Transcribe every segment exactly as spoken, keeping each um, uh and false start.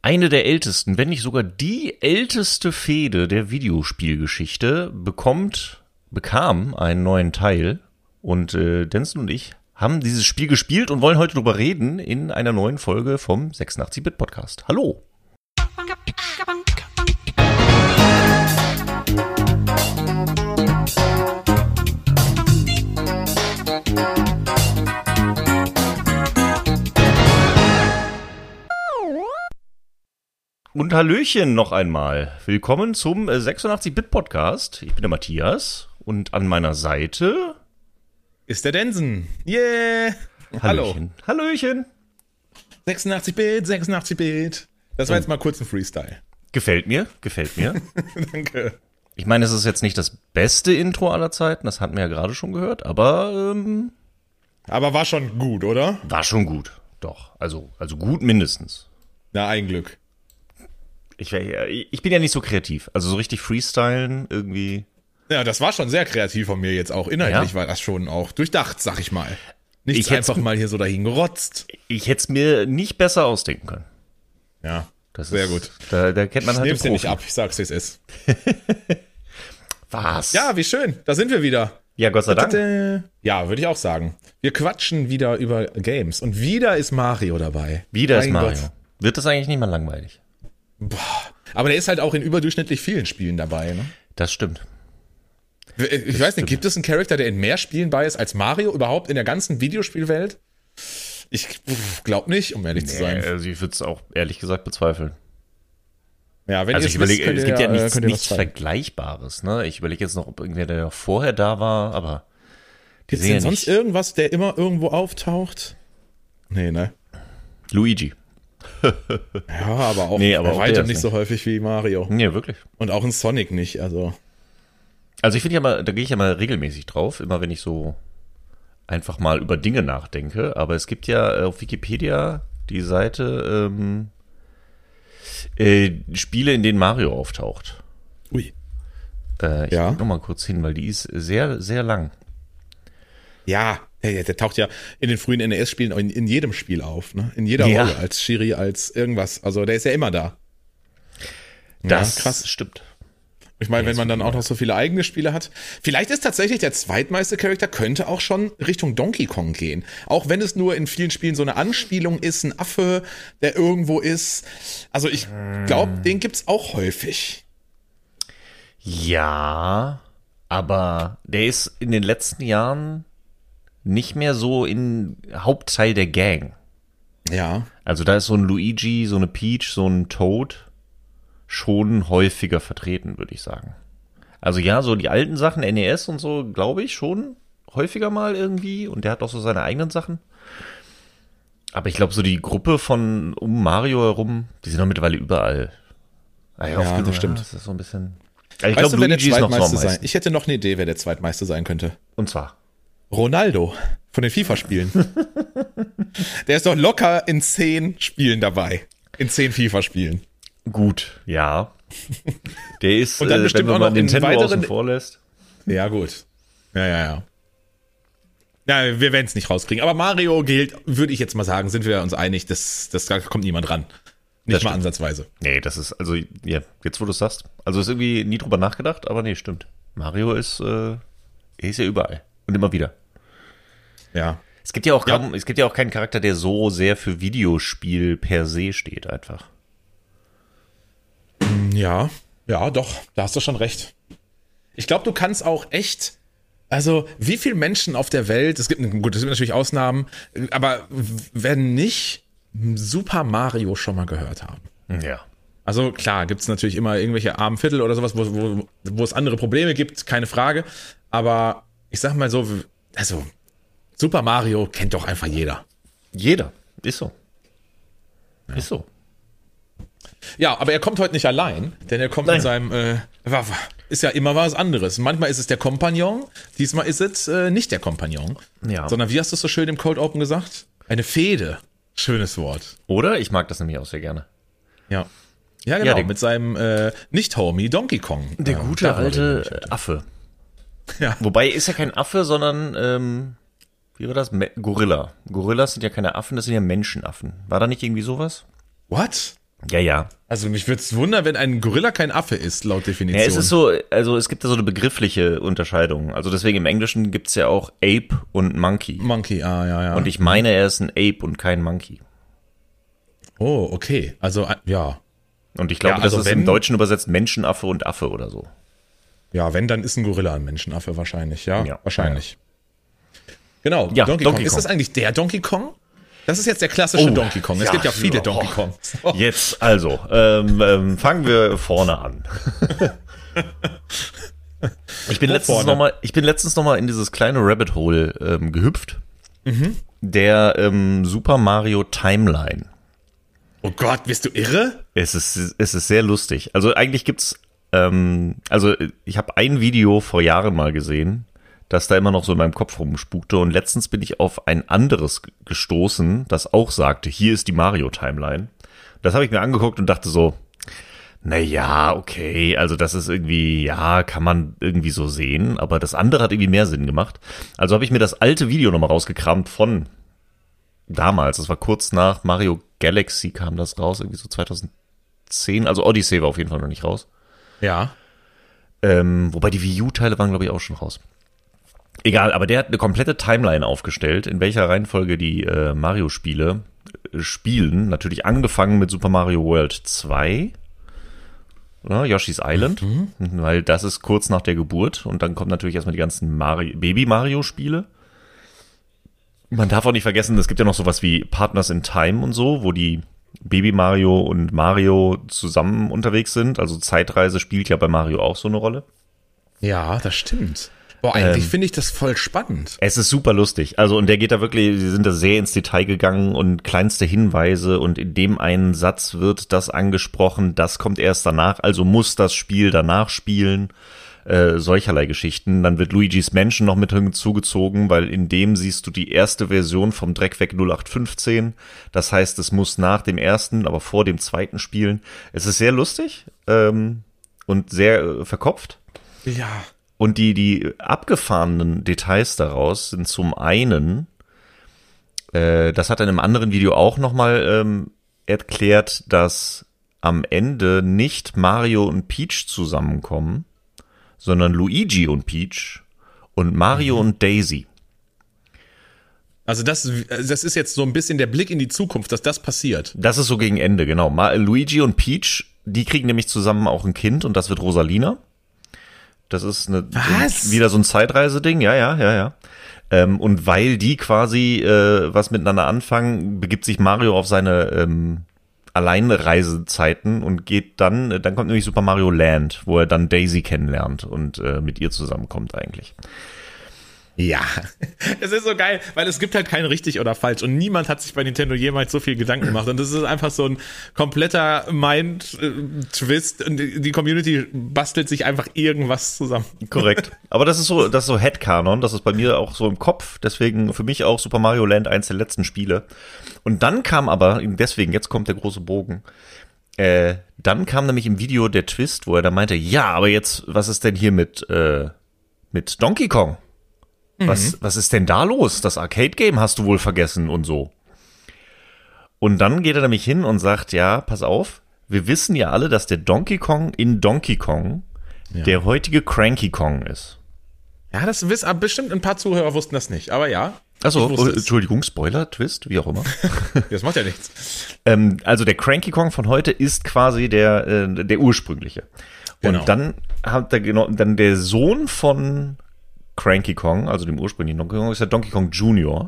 Eine der ältesten, wenn nicht sogar die älteste Fehde der Videospielgeschichte bekommt, bekam einen neuen Teil. Und äh, Denzel und ich haben dieses Spiel gespielt und wollen heute drüber reden in einer neuen Folge vom sechsundachtzig-Bit-Podcast. Hallo! Und Hallöchen noch einmal. Willkommen zum sechsundachtzig-Bit-Podcast. Ich bin der Matthias und an meiner Seite ist der Densen. Yeah! Hallöchen. Hallo. Hallöchen. sechsundachtzig Bit, sechsundachtzig Bit. Das war jetzt mal kurz ein Freestyle. Gefällt mir, gefällt mir. Danke. Ich meine, es ist jetzt nicht das beste Intro aller Zeiten, das hatten wir ja gerade schon gehört, aber ähm, Aber war schon gut, oder? war schon gut. Doch, also, also gut mindestens. Na, ein Glück. Ich, wär, ich bin ja nicht so kreativ, also so richtig freestylen irgendwie. Ja, das war schon sehr kreativ von mir jetzt auch. Inhaltlich Ja. war das schon auch durchdacht, sag ich mal. Nicht Ich hätt's- einfach mal hier so dahin gerotzt. Ich hätte es mir nicht besser ausdenken können. Ja, Das sehr ist, gut. Da, da kennt man Ich halt nehm's den dir nicht Profi. ab, ich sag's, wie es ist. Was? Ja, wie schön, da sind wir wieder. Ja, Gott sei Dank. Ja, würde ich auch sagen. Wir quatschen wieder über Games. Und wieder ist Mario dabei. Wieder ist Mein Mario. Gott. Wird das eigentlich nicht mal langweilig? Boah. Aber der ist halt auch in überdurchschnittlich vielen Spielen dabei, ne? Das stimmt. Ich Das weiß stimmt. nicht, gibt es einen Charakter, der in mehr Spielen bei ist als Mario überhaupt in der ganzen Videospielwelt? Ich glaube nicht, um ehrlich zu sein. Nee, also ich würde es auch ehrlich gesagt bezweifeln. Ja, wenn Also ihr ich es wisst, überlege, könnt es ihr gibt ja äh, nichts, könnt ihr was nichts schreiben. Vergleichbares, ne? Ich überlege jetzt noch, ob irgendwer, der vorher da war, aber die Gibt's sehen denn ja sonst nicht. irgendwas, der immer irgendwo auftaucht? Nee, ne? Luigi. Ja, aber auch Nee, aber bei auch weitem der ist nicht so häufig wie Mario. Nee, wirklich. Und auch in Sonic nicht, also. Also ich finde ja mal, da gehe ich ja mal regelmäßig drauf, immer wenn ich so einfach mal über Dinge nachdenke. Aber es gibt ja äh, auf Wikipedia die Seite ähm, äh, Spiele, in denen Mario auftaucht. Ui. Äh, ich Ja. guck noch mal kurz hin, weil die ist sehr, sehr lang. Ja, der, der taucht ja in den frühen N E S-Spielen in, in jedem Spiel auf, ne? In jeder Ja. Rolle, als Shiri, als irgendwas. Also der ist ja immer da. Das ja, krass. stimmt. Ich meine, Der wenn ist man dann wirklich auch noch so viele eigene Spiele hat. Vielleicht ist tatsächlich der zweitmeiste Charakter, könnte auch schon Richtung Donkey Kong gehen. Auch wenn es nur in vielen Spielen so eine Anspielung ist, ein Affe, der irgendwo ist. Also ich glaube, den gibt's auch häufig. Ja, aber der ist in den letzten Jahren nicht mehr so in Hauptteil der Gang. Ja. Also da ist so ein Luigi, so eine Peach, so ein Toad schon häufiger vertreten, würde ich sagen. Also ja, so die alten Sachen, N E S und so, glaube ich schon häufiger mal irgendwie. Und der hat auch so seine eigenen Sachen. Aber ich glaube, so die Gruppe von um Mario herum, die sind doch mittlerweile überall. Ah Ja, oft genug, das stimmt. Das ist so ein bisschen. Also ich Weißt glaube, du, wer der Luigi ist noch so am zweitmeiste sein? meisten. Ich hätte noch eine Idee, wer der zweitmeiste sein könnte. Und zwar. Ronaldo von den FIFA-Spielen. Der ist doch locker in zehn Spielen dabei. In zehn FIFA-Spielen. Gut, ja. Der ist, Und dann äh, wenn bestimmt man auch mal noch in Nintendo weiteren- außen vor lässt. Ja, gut. Ja, ja, ja. Ja, wir werden es nicht rauskriegen. Aber Mario gilt, würde ich jetzt mal sagen, sind wir uns einig, das, das, da kommt niemand ran. Nicht Das mal stimmt. ansatzweise. Nee, das ist, also, ja, jetzt wo du es sagst. Also ist irgendwie nie drüber nachgedacht, aber nee, stimmt. Mario ist, äh, er ist ja überall. Und immer wieder. Ja. Es gibt ja auch Ja. kaum, es gibt ja auch keinen Charakter, der so sehr für Videospiel per se steht, einfach. Ja, ja, doch, da hast du schon recht. Ich glaube, du kannst auch echt, also wie viele Menschen auf der Welt, es gibt, gut, es gibt natürlich Ausnahmen, aber werden nicht Super Mario schon mal gehört haben. Ja. Also klar, gibt's natürlich immer irgendwelche armen Viertel oder sowas, wo, wo, wo es andere Probleme gibt, keine Frage. Aber ich sag mal so, also Super Mario kennt doch einfach jeder. Jeder. Ist so. Ist so. Ja, aber er kommt heute nicht allein, denn er kommt Nein. mit seinem, äh, wa- wa- ist ja immer was anderes. Manchmal ist es der Kompagnon, diesmal ist es äh, nicht der Kompagnon, Ja. sondern wie hast du es so schön im Cold Open gesagt? Eine Fehde. Schönes Wort. Oder? Ich mag das nämlich auch sehr gerne. Ja. Ja, genau, der- mit seinem äh, Nicht-Homie Donkey Kong. Der Ähm, gute darüber reden wir alte heute. Affe. Ja. Wobei ist ja kein Affe, sondern ähm, wie war das? Me- Gorilla. Gorillas sind ja keine Affen, das sind ja Menschenaffen. War da nicht irgendwie sowas? What? Ja, ja. Also mich würde es wundern, wenn ein Gorilla kein Affe ist, laut Definition. Ja, es ist so, also es gibt da so eine begriffliche Unterscheidung. Also deswegen im Englischen gibt's ja auch Ape und Monkey. Monkey, ah, ja, ja. Und ich meine, er ist ein Ape und kein Monkey. Oh, okay. Also, ja. Und ich glaube, Ja, also das ist wenn- im Deutschen übersetzt Menschenaffe und Affe oder so. Ja, wenn, dann ist ein Gorilla ein Menschenaffe wahrscheinlich, ja? Ja. Wahrscheinlich. Genau, Ja, Donkey, Donkey Kong. Ist Kong. das eigentlich der Donkey Kong? Das ist jetzt der klassische Oh, Donkey Kong. Es ja, gibt ja viele ja. Donkey Kongs. Oh. Jetzt, also, ähm, ähm, fangen wir vorne an. Ich bin Wo letztens vorne? noch mal, ich bin letztens noch mal in dieses kleine Rabbit Hole ähm, gehüpft. Mhm. Der ähm, Super Mario Timeline. Oh Gott, bist du irre? Es ist, es ist sehr lustig. Also eigentlich gibt's, ähm, also ich habe ein Video vor Jahren mal gesehen, das da immer noch so in meinem Kopf rumspukte und letztens bin ich auf ein anderes gestoßen, das auch sagte, hier ist die Mario Timeline. Das habe ich mir angeguckt und dachte so, na ja, okay, also das ist irgendwie, ja, kann man irgendwie so sehen, aber das andere hat irgendwie mehr Sinn gemacht. Also habe ich mir das alte Video nochmal rausgekramt von damals, das war kurz nach Mario Galaxy kam das raus, irgendwie so zweitausendzehn, also Odyssey war auf jeden Fall noch nicht raus. Ja. Ähm, wobei die Wii U-Teile waren, glaube ich, auch schon raus. Egal, aber der hat eine komplette Timeline aufgestellt, in welcher Reihenfolge die äh, Mario-Spiele äh, spielen. Natürlich angefangen mit Super Mario World zwei, oder? Yoshi's Island, mhm. weil das ist kurz nach der Geburt und dann kommen natürlich erstmal die ganzen Mario- Baby-Mario-Spiele. Man darf auch nicht vergessen, es gibt ja noch sowas wie Partners in Time und so, wo die Baby Mario und Mario zusammen unterwegs sind. Also Zeitreise spielt ja bei Mario auch so eine Rolle. Ja, das stimmt. Boah, eigentlich Ähm, finde ich das voll spannend. Es ist super lustig. Also und der geht da wirklich, sie sind da sehr ins Detail gegangen und kleinste Hinweise und in dem einen Satz wird das angesprochen, das kommt erst danach, also muss das Spiel danach spielen. Äh, solcherlei Geschichten. Dann wird Luigi's Mansion noch mit hinzugezogen, weil in dem siehst du die erste Version vom Dreckweg null acht fünfzehn. Das heißt, es muss nach dem ersten, aber vor dem zweiten spielen. Es ist sehr lustig ähm, und sehr äh, verkopft. Ja. Und die, die abgefahrenen Details daraus sind zum einen, äh, das hat er in einem anderen Video auch nochmal ähm, erklärt, dass am Ende nicht Mario und Peach zusammenkommen, sondern Luigi und Peach und Mario und Daisy. Also das, das ist jetzt so ein bisschen der Blick in die Zukunft, dass das passiert. Das ist so gegen Ende, genau. Ma- Luigi und Peach, die kriegen nämlich zusammen auch ein Kind und das wird Rosalina. Das ist eine, Was? wieder so ein Zeitreiseding, ja, ja, ja, ja. Ähm, und weil die quasi äh, was miteinander anfangen, begibt sich Mario auf seine ähm, Alleinreisezeiten und geht dann, dann kommt nämlich Super Mario Land, wo er dann Daisy kennenlernt und äh, mit ihr zusammenkommt eigentlich. Ja. Es ist so geil, weil es gibt halt kein richtig oder falsch und niemand hat sich bei Nintendo jemals so viel Gedanken gemacht und das ist einfach so ein kompletter Mind-Twist und die Community bastelt sich einfach irgendwas zusammen. Korrekt. Aber das ist so, das ist so Headcanon, das ist bei mir auch so im Kopf, deswegen für mich auch Super Mario Land eins der letzten Spiele. Und dann kam aber, deswegen, jetzt kommt der große Bogen, äh, dann kam nämlich im Video der Twist, wo er da meinte, ja, aber jetzt, was ist denn hier mit, äh, mit Donkey Kong? Was, was ist denn da los? Das Arcade-Game hast du wohl vergessen und so. Und dann geht er nämlich hin und sagt, ja, pass auf, wir wissen ja alle, dass der Donkey Kong in Donkey Kong Ja. der heutige Cranky Kong ist. Ja, das wissen, aber bestimmt ein paar Zuhörer wussten das nicht, aber ja. Achso, ich wusste es. Entschuldigung, Spoiler, Twist, wie auch immer. Das macht ja nichts. ähm, also der Cranky Kong von heute ist quasi der, äh, der ursprüngliche. Genau. Und dann hat er genau, dann der Sohn von Cranky Kong, also dem ursprünglichen Donkey Kong, ist der Donkey Kong Junior,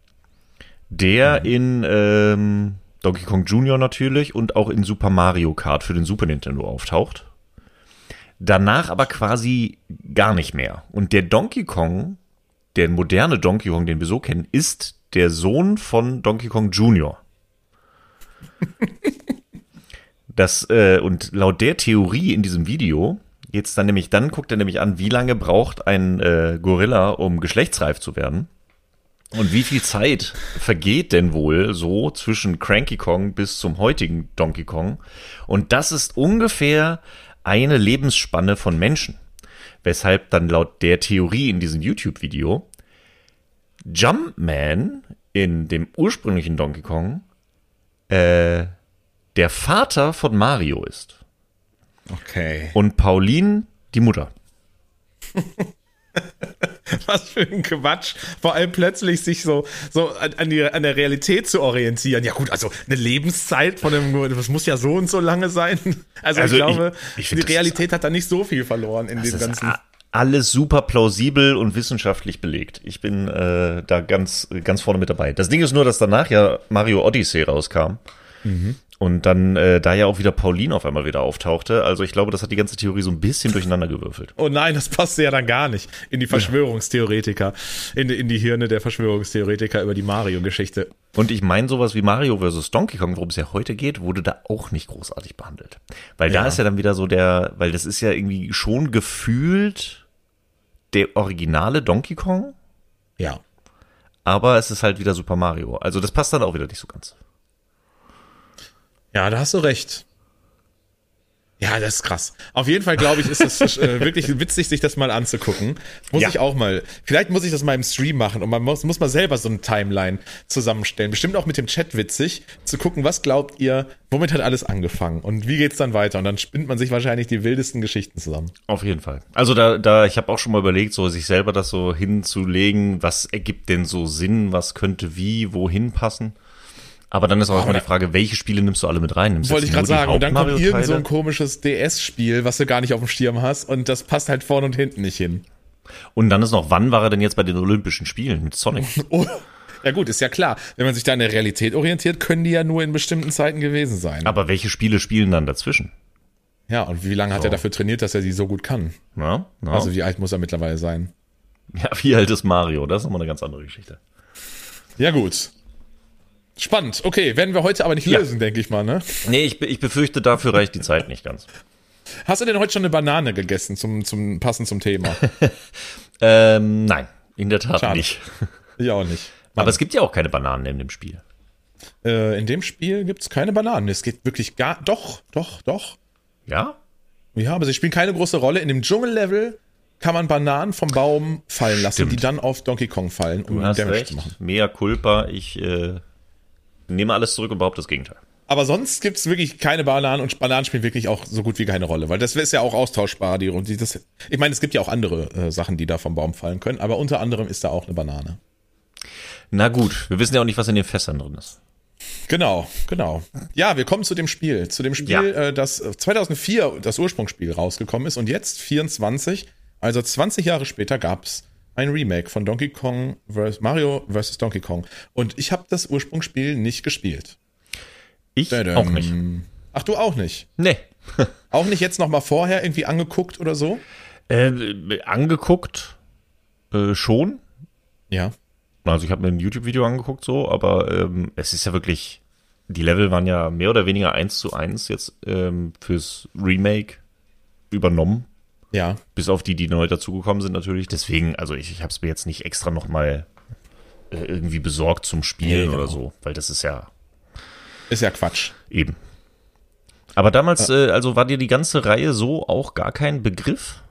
der in ähm, Donkey Kong Junior natürlich und auch in Super Mario Kart für den Super Nintendo auftaucht. Danach aber quasi gar nicht mehr. Und der Donkey Kong, der moderne Donkey Kong, den wir so kennen, ist der Sohn von Donkey Kong Junior. Das, äh, und laut der Theorie in diesem Video geht's dann nämlich, dann guckt er nämlich an, wie lange braucht ein äh, Gorilla, um geschlechtsreif zu werden. Und wie viel Zeit vergeht denn wohl so zwischen Cranky Kong bis zum heutigen Donkey Kong? Und das ist ungefähr eine Lebensspanne von Menschen. Weshalb dann laut der Theorie in diesem YouTube-Video Jumpman in dem ursprünglichen Donkey Kong äh, der Vater von Mario ist. Okay. Und Pauline die Mutter. Was für ein Quatsch. Vor allem plötzlich sich so, so an, an, die, an der Realität zu orientieren. Ja gut, also eine Lebenszeit von einem, das muss ja so und so lange sein. Also, Also ich glaube, ich- ich find, die Realität hat da nicht so viel verloren in Das dem ist ganzen. a- alles super plausibel und wissenschaftlich belegt. Ich bin äh, da ganz, ganz vorne mit dabei. Das Ding ist nur, dass danach ja Mario Odyssey rauskam. Mhm. Und dann äh, da ja auch wieder Pauline auf einmal wieder auftauchte. Also ich glaube, das hat die ganze Theorie so ein bisschen durcheinander gewürfelt. Oh nein, das passte ja dann gar nicht in die Verschwörungstheoretiker, in, die- in die Hirne der Verschwörungstheoretiker über die Mario-Geschichte. Und ich meine, sowas wie Mario versus Donkey Kong, worum es ja heute geht, wurde da auch nicht großartig behandelt. Weil da Ja. ist ja dann wieder so der, weil das ist ja irgendwie schon gefühlt der originale Donkey Kong, Ja. aber es ist halt wieder Super Mario. Also das passt dann auch wieder nicht so ganz. Ja, da hast du recht. Ja, das ist krass. Auf jeden Fall, glaube ich, ist es äh, wirklich witzig, sich das mal anzugucken. Muss Ja. ich auch mal. Vielleicht muss ich das mal im Stream machen und man muss, muss mal selber so eine Timeline zusammenstellen. Bestimmt auch mit dem Chat witzig, zu gucken, was glaubt ihr, womit hat alles angefangen und wie geht's dann weiter? Und dann spinnt man sich wahrscheinlich die wildesten Geschichten zusammen. Auf jeden Fall. Also da, da, ich habe auch schon mal überlegt, so sich selber das so hinzulegen, was ergibt denn so Sinn, was könnte wie, wohin passen. Aber dann ist auch immer die Frage, welche Spiele nimmst du alle mit rein? Nimmst du Wollte ich jetzt gerade nur die sagen. Und dann kommt irgend so ein Haupt-Mario-Teile? komisches D S-Spiel, was du gar nicht auf dem Schirm hast und das passt halt vorne und hinten nicht hin. Und dann ist noch, wann war er denn jetzt bei den Olympischen Spielen mit Sonic? Oh, ja gut, ist ja klar. Wenn man sich da an der Realität orientiert, können die ja nur in bestimmten Zeiten gewesen sein. Aber welche Spiele spielen dann dazwischen? Ja, und wie lange hat So. er dafür trainiert, dass er die so gut kann? Na, na? Also wie alt muss er mittlerweile sein? ja, wie alt ist Mario? Das ist nochmal eine ganz andere Geschichte. Ja gut. Spannend. Okay, werden wir heute aber nicht Ja. lösen, denke ich mal, ne? Nee, ich, be- ich befürchte, dafür reicht die Zeit nicht ganz. Hast du denn heute schon eine Banane gegessen, zum, zum passend zum Thema? Ähm, nein, in der Tat Schade. nicht. Ich auch nicht. Aber es gibt ja auch keine Bananen in dem Spiel. Äh, in dem Spiel gibt's keine Bananen. Es geht wirklich gar. Doch, doch, doch. Ja? Ja, aber sie spielen keine große Rolle. In dem Dschungellevel kann man Bananen vom Baum fallen lassen, Stimmt. die dann auf Donkey Kong fallen, um Du hast Damage recht. zu machen. Mea culpa. Ich äh, nehme alles zurück und behaupte das Gegenteil. Aber sonst gibt's wirklich keine Bananen und Bananen spielen wirklich auch so gut wie keine Rolle, weil das ist ja auch austauschbar. Die, und die, das, ich meine, es gibt ja auch andere äh, Sachen, die da vom Baum fallen können, aber unter anderem ist da auch eine Banane. Na gut, wir wissen ja auch nicht, was in den Fässern drin ist. Genau, genau. Ja, wir kommen zu dem Spiel. Zu dem Spiel, Ja. äh, das zweitausendvier das Ursprungsspiel rausgekommen ist und jetzt vierundzwanzig, also zwanzig Jahre später, gab's ein Remake von Donkey Kong versus Mario versus Donkey Kong. Und ich habe das Ursprungsspiel nicht gespielt. Ich Tadam. auch nicht. Ach, du auch nicht? Nee. Auch nicht jetzt noch mal vorher irgendwie angeguckt oder so? äh, angeguckt äh, schon. Ja. Also ich habe mir ein YouTube-Video angeguckt so, aber ähm, es ist ja wirklich, die Level waren ja mehr oder weniger eins zu eins jetzt ähm, fürs Remake übernommen. Ja. Bis auf die, die neu dazugekommen sind natürlich. Deswegen, also ich, ich habe es mir jetzt nicht extra nochmal äh, irgendwie besorgt zum Spielen Nee, oder genau. so, weil das ist ja Ist ja Quatsch. eben. Aber damals, äh, also war dir die ganze Reihe so auch gar kein Begriff?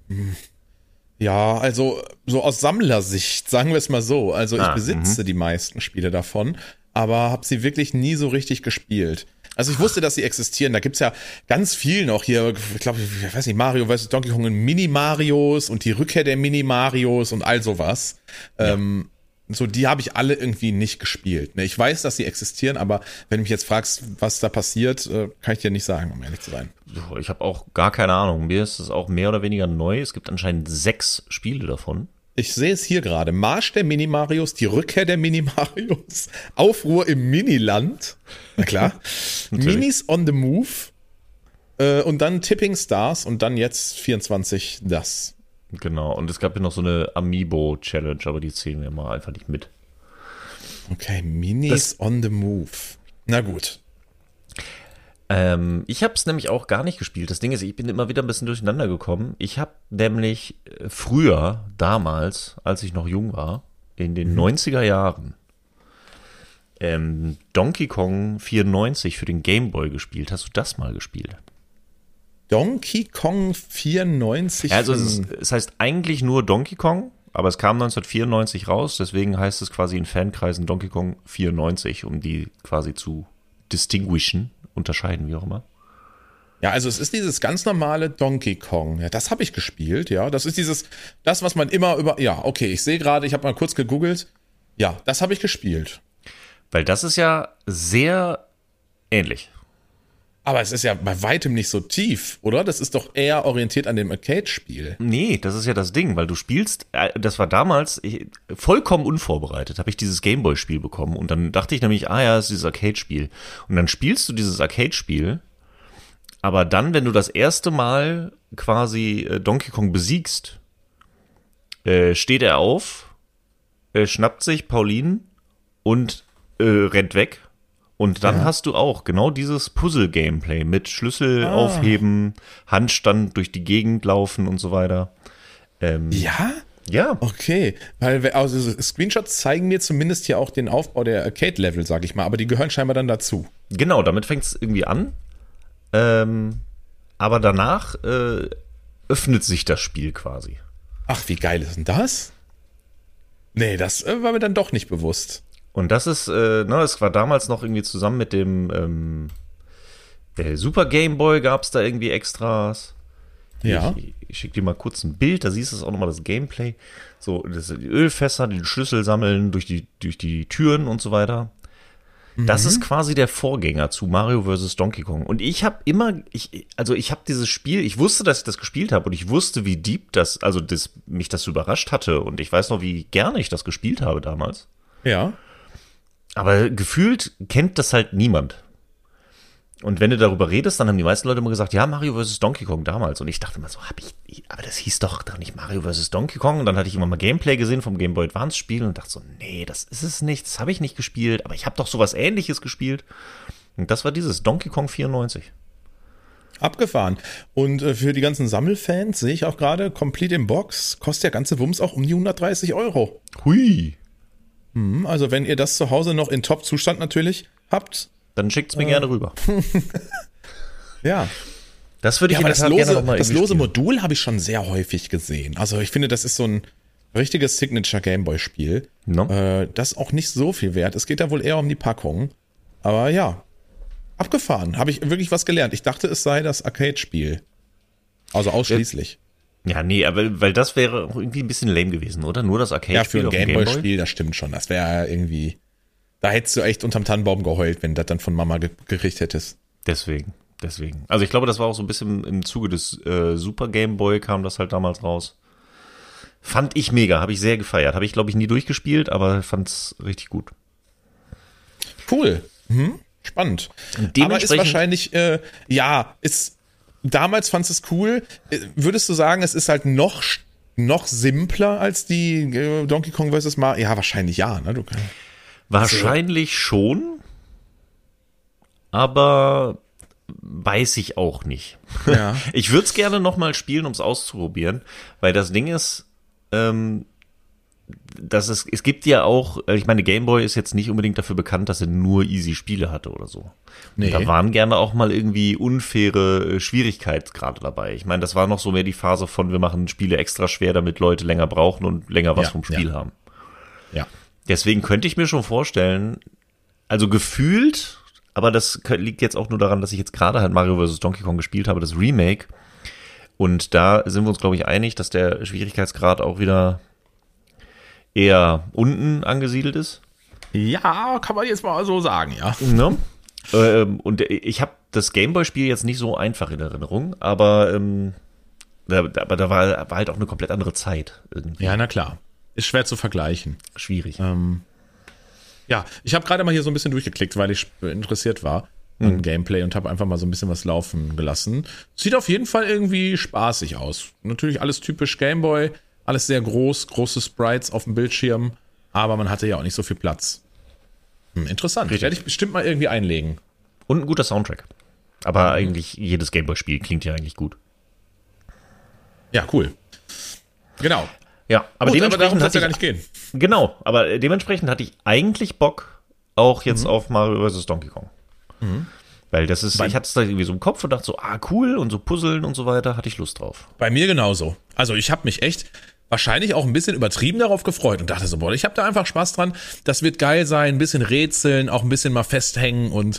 Ja, also so aus Sammlersicht, sagen wir es mal so. Also ich Ah, besitze die meisten Spiele davon, aber habe sie wirklich nie so richtig gespielt. Also ich wusste, dass sie existieren. Da gibt's ja ganz viel noch hier, ich glaube, ich weiß nicht, Mario versus Donkey Kong und Mini-Marios und die Rückkehr der Mini-Marios und all sowas. Ähm, so, die habe ich alle irgendwie nicht gespielt. Ne? Ich weiß, dass sie existieren, aber wenn du mich jetzt fragst, was da passiert, äh, kann ich dir nicht sagen, um ehrlich zu sein. So, ich habe auch gar keine Ahnung. Mir ist es auch mehr oder weniger neu. Es gibt anscheinend sechs Spiele davon. Ich sehe es hier gerade. Marsch der Mini-Marios, die Rückkehr der Mini-Marios, Aufruhr im Miniland. Na klar. Natürlich. Minis on the Move. Äh, und dann Tipping Stars und dann jetzt vierundzwanzig das. Genau. Und es gab ja noch so eine Amiibo-Challenge, aber die zählen wir mal einfach nicht mit. Okay, Minis Das- on the Move. Na gut. Ähm, ich habe es nämlich auch gar nicht gespielt. Das Ding ist, ich bin immer wieder ein bisschen durcheinander gekommen. Ich habe nämlich äh, früher, damals, als ich noch jung war, in den neunziger Jahren, ähm, Donkey Kong vierundneunzig für den Game Boy gespielt. Hast du das mal gespielt? Donkey Kong vierundneunzig. Ja, also es, ist, es heißt eigentlich nur Donkey Kong, aber es kam neunzehnhundertvierundneunzig raus, deswegen heißt es quasi in Fankreisen Donkey Kong vierundneunzig, um die quasi zu distinguishen. unterscheiden, wie auch immer. Ja, also es ist dieses ganz normale Donkey Kong. Ja, das habe ich gespielt, ja. Das ist dieses, das, was man immer über, ja, okay, ich sehe gerade, ich habe mal kurz gegoogelt. Ja, das habe ich gespielt. Weil das ist ja sehr ähnlich. Aber es ist ja bei weitem nicht so tief, oder? Das ist doch eher orientiert an dem Arcade-Spiel. Nee, das ist ja das Ding, weil du spielst, äh, das war damals, ich, vollkommen unvorbereitet, habe ich dieses Gameboy-Spiel bekommen und dann dachte ich nämlich, ah ja, das ist dieses Arcade-Spiel. Und dann spielst du dieses Arcade-Spiel, aber dann, wenn du das erste Mal quasi äh, Donkey Kong besiegst, äh, steht er auf, äh, schnappt sich Pauline und äh, rennt weg. Und dann ja. hast du auch genau dieses Puzzle-Gameplay mit Schlüssel ah. aufheben, Handstand durch die Gegend laufen und so weiter. Ähm, ja? Ja. Okay, weil also Screenshots zeigen mir zumindest hier auch den Aufbau der Arcade-Level, sag ich mal, aber die gehören scheinbar dann dazu. Genau, damit fängt es irgendwie an. Ähm, aber danach äh, öffnet sich das Spiel quasi. Ach, wie geil ist denn das? Nee, das äh, war mir dann doch nicht bewusst. Und das ist, äh, ne, es war damals noch irgendwie zusammen mit dem ähm, der Super Game Boy gab es da irgendwie Extras. Ja. Ich, ich schicke dir mal kurz ein Bild, da siehst du auch nochmal das Gameplay. So, das sind die Ölfässer, die Schlüssel sammeln durch die, durch die Türen und so weiter. Mhm. Das ist quasi der Vorgänger zu Mario versus. Donkey Kong. Und ich habe immer, ich, also ich habe dieses Spiel, ich wusste, dass ich das gespielt habe und ich wusste, wie deep das, also das, mich das überrascht hatte. Und ich weiß noch, wie gerne ich das gespielt habe damals. Ja. Aber gefühlt kennt das halt niemand. Und wenn du darüber redest, dann haben die meisten Leute immer gesagt, ja, Mario versus. Donkey Kong damals. Und ich dachte immer so, hab ich, aber das hieß doch, doch nicht Mario versus. Donkey Kong. Und dann hatte ich immer mal Gameplay gesehen vom Game Boy Advance Spiel und dachte so, nee, das ist es nicht, das habe ich nicht gespielt, aber ich habe doch sowas Ähnliches gespielt. Und das war dieses Donkey Kong vierundneunzig. Abgefahren. Und äh, für die ganzen Sammelfans sehe ich auch gerade, Complete in Box, kostet der ganze Wumms auch um die hundertdreißig Euro. Hui. Also wenn ihr das zu Hause noch in Top-Zustand natürlich habt. Dann schickt's mir äh. gerne rüber. Ja. Das würde ich ja, in aber das lose, gerne noch mal das lose spielen. Modul habe ich schon sehr häufig gesehen. Also ich finde, das ist so ein richtiges Signature-Gameboy-Spiel. No. Äh, das ist auch nicht so viel wert. Es geht ja wohl eher um die Packung. Aber ja, abgefahren. Habe ich wirklich was gelernt. Ich dachte, es sei das Arcade-Spiel. Also ausschließlich. Ja, nee, aber weil das wäre auch irgendwie ein bisschen lame gewesen, oder? Nur das Arcade-Spiel. Ja, für ein Gameboy-Spiel, das stimmt schon. Das wäre irgendwie, da hättest du echt unterm Tannenbaum geheult, wenn du das dann von Mama ge- gekriegt hättest. Deswegen, deswegen. Also ich glaube, das war auch so ein bisschen im Zuge des äh, Super Game Boy kam das halt damals raus. Fand ich mega, habe ich sehr gefeiert. Habe ich, glaube ich, nie durchgespielt, aber fand's richtig gut. Cool. Mhm. Spannend. Aber ist wahrscheinlich, äh, ja, ist damals fandst du es cool. Würdest du sagen, es ist halt noch, noch simpler als die äh, Donkey Kong versus. Mario? Ja, wahrscheinlich ja. Ne? Du kann, wahrscheinlich also, schon, aber weiß ich auch nicht. Ja. Ich würde es gerne noch mal spielen, um es auszuprobieren, weil das Ding ist, ähm, dass es, es gibt ja auch, ich meine, Game Boy ist jetzt nicht unbedingt dafür bekannt, dass er nur easy Spiele hatte oder so. Nee. Da waren gerne auch mal irgendwie unfaire Schwierigkeitsgrade dabei. Ich meine, das war noch so mehr die Phase von, wir machen Spiele extra schwer, damit Leute länger brauchen und länger was ja, vom Spiel ja. haben. Ja. Deswegen könnte ich mir schon vorstellen, also gefühlt, aber das liegt jetzt auch nur daran, dass ich jetzt gerade halt Mario versus. Donkey Kong gespielt habe, das Remake. Und da sind wir uns, glaube ich, einig, dass der Schwierigkeitsgrad auch wieder eher unten angesiedelt ist. Ja, kann man jetzt mal so sagen, ja. Ne? Ähm, und ich habe das Gameboy-Spiel jetzt nicht so einfach in Erinnerung, aber, ähm, da, aber da war, war halt auch eine komplett andere Zeit irgendwie. Ja, na klar. Ist schwer zu vergleichen. Schwierig. Ähm, ja, ich habe gerade mal hier so ein bisschen durchgeklickt, weil ich interessiert war an hm. Gameplay und habe einfach mal so ein bisschen was laufen gelassen. Sieht auf jeden Fall irgendwie spaßig aus. Natürlich alles typisch Gameboy, alles sehr groß, große Sprites auf dem Bildschirm, aber man hatte ja auch nicht so viel Platz. Hm, interessant. Richtig. Werde ich bestimmt mal irgendwie einlegen. Und ein guter Soundtrack. Aber eigentlich jedes Gameboy-Spiel klingt ja eigentlich gut. Ja, cool. Genau. Ja, aber Gut, dementsprechend aber darum soll es ja ich, gar nicht gehen. Genau, aber dementsprechend hatte ich eigentlich Bock auch jetzt mhm. auf Mario versus. Donkey Kong. Mhm. Weil das ist, bei, ich hatte es da irgendwie so im Kopf und dachte so, ah cool und so Puzzeln und so weiter, hatte ich Lust drauf. Bei mir genauso. Also ich habe mich echt wahrscheinlich auch ein bisschen übertrieben darauf gefreut und dachte so, boah, ich habe da einfach Spaß dran. Das wird geil sein, ein bisschen rätseln, auch ein bisschen mal festhängen und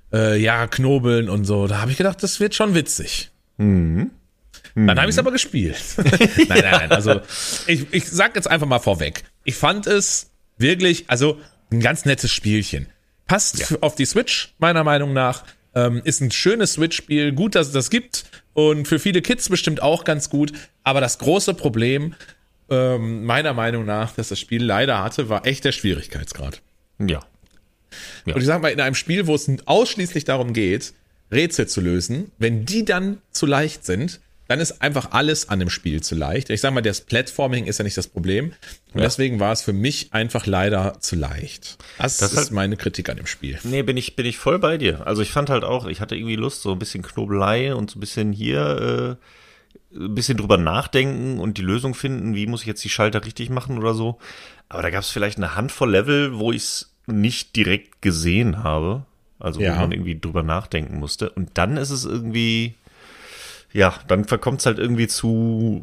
äh, ja, knobeln und so. Da habe ich gedacht, das wird schon witzig. Mhm. Dann habe ich es aber gespielt. nein, nein, nein. Also ich, ich sag jetzt einfach mal vorweg. Ich fand es wirklich, also ein ganz nettes Spielchen. Passt ja. auf die Switch, meiner Meinung nach. Ähm, ist ein schönes Switch-Spiel. Gut, dass es das gibt. Und für viele Kids bestimmt auch ganz gut. Aber das große Problem, ähm, meiner Meinung nach, dass das Spiel leider hatte, war echt der Schwierigkeitsgrad. Ja. ja. Und ich sag mal, in einem Spiel, wo es ausschließlich darum geht, Rätsel zu lösen, wenn die dann zu leicht sind, dann ist einfach alles an dem Spiel zu leicht. Ich sag mal, das Platforming ist ja nicht das Problem. Und ja. deswegen war es für mich einfach leider zu leicht. Das, das ist halt meine Kritik an dem Spiel. Nee, bin ich, bin ich voll bei dir. Also ich fand halt auch, ich hatte irgendwie Lust, so ein bisschen Knobelei und so ein bisschen hier, äh, ein bisschen drüber nachdenken und die Lösung finden, wie muss ich jetzt die Schalter richtig machen oder so. Aber da gab es vielleicht eine Handvoll Level, wo ich es nicht direkt gesehen habe. Also ja. wo man irgendwie drüber nachdenken musste. Und dann ist es irgendwie... Ja, dann verkommt es halt irgendwie zu,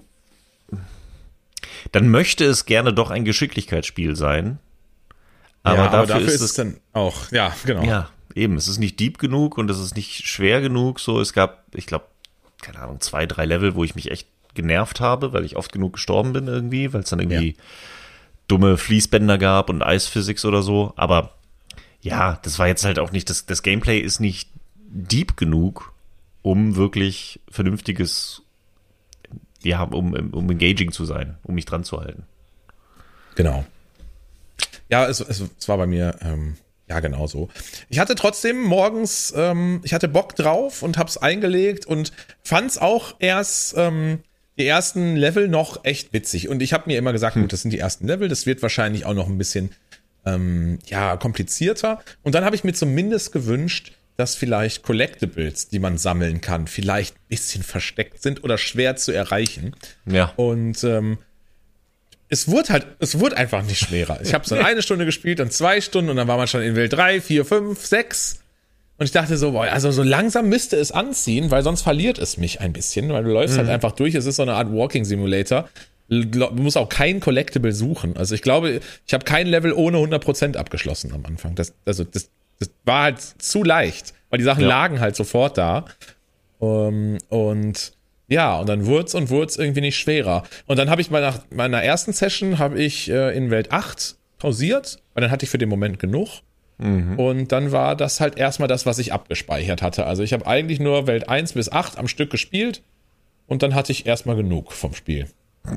dann möchte es gerne doch ein Geschicklichkeitsspiel sein. Aber, ja, dafür, aber dafür ist, ist es es dann auch, ja, genau. Ja, eben, es ist nicht deep genug und es ist nicht schwer genug. So, es gab, ich glaube, keine Ahnung, zwei, drei Level, wo ich mich echt genervt habe, weil ich oft genug gestorben bin irgendwie, weil es dann irgendwie ja. dumme Fließbänder gab und Eisphysics oder so. Aber ja, das war jetzt halt auch nicht, das, das Gameplay ist nicht deep genug, um wirklich vernünftiges, ja, um, um engaging zu sein, um mich dran zu halten. Genau. Ja, es, es, es war bei mir, ähm, ja, genau so. Ich hatte trotzdem morgens, ähm, ich hatte Bock drauf und hab's eingelegt und fand's auch erst ähm, die ersten Level noch echt witzig. Und ich habe mir immer gesagt, hm. gut, das sind die ersten Level, das wird wahrscheinlich auch noch ein bisschen, ähm, ja, komplizierter. Und dann habe ich mir zumindest gewünscht, dass vielleicht Collectibles, die man sammeln kann, vielleicht ein bisschen versteckt sind oder schwer zu erreichen. Ja. Und ähm, es wurde halt, es wurde einfach nicht schwerer. Ich habe so eine Stunde gespielt, dann zwei Stunden und dann war man schon in Welt drei, vier, fünf, sechs. Und ich dachte so, boah, also so langsam müsste es anziehen, weil sonst verliert es mich ein bisschen, weil du läufst mhm. halt einfach durch. Es ist so eine Art Walking Simulator. Du musst auch kein Collectible suchen. Also ich glaube, ich habe kein Level ohne hundert Prozent abgeschlossen am Anfang. Das, also das Das war halt zu leicht, weil die Sachen ja. lagen halt sofort da. Um, und ja, und dann wurde es und wurde es irgendwie nicht schwerer. Und dann habe ich mal nach meiner ersten Session habe ich äh, in Welt acht pausiert, weil dann hatte ich für den Moment genug. Mhm. Und dann war das halt erstmal das, was ich abgespeichert hatte. Also ich habe eigentlich nur Welt eins bis acht am Stück gespielt und dann hatte ich erstmal genug vom Spiel.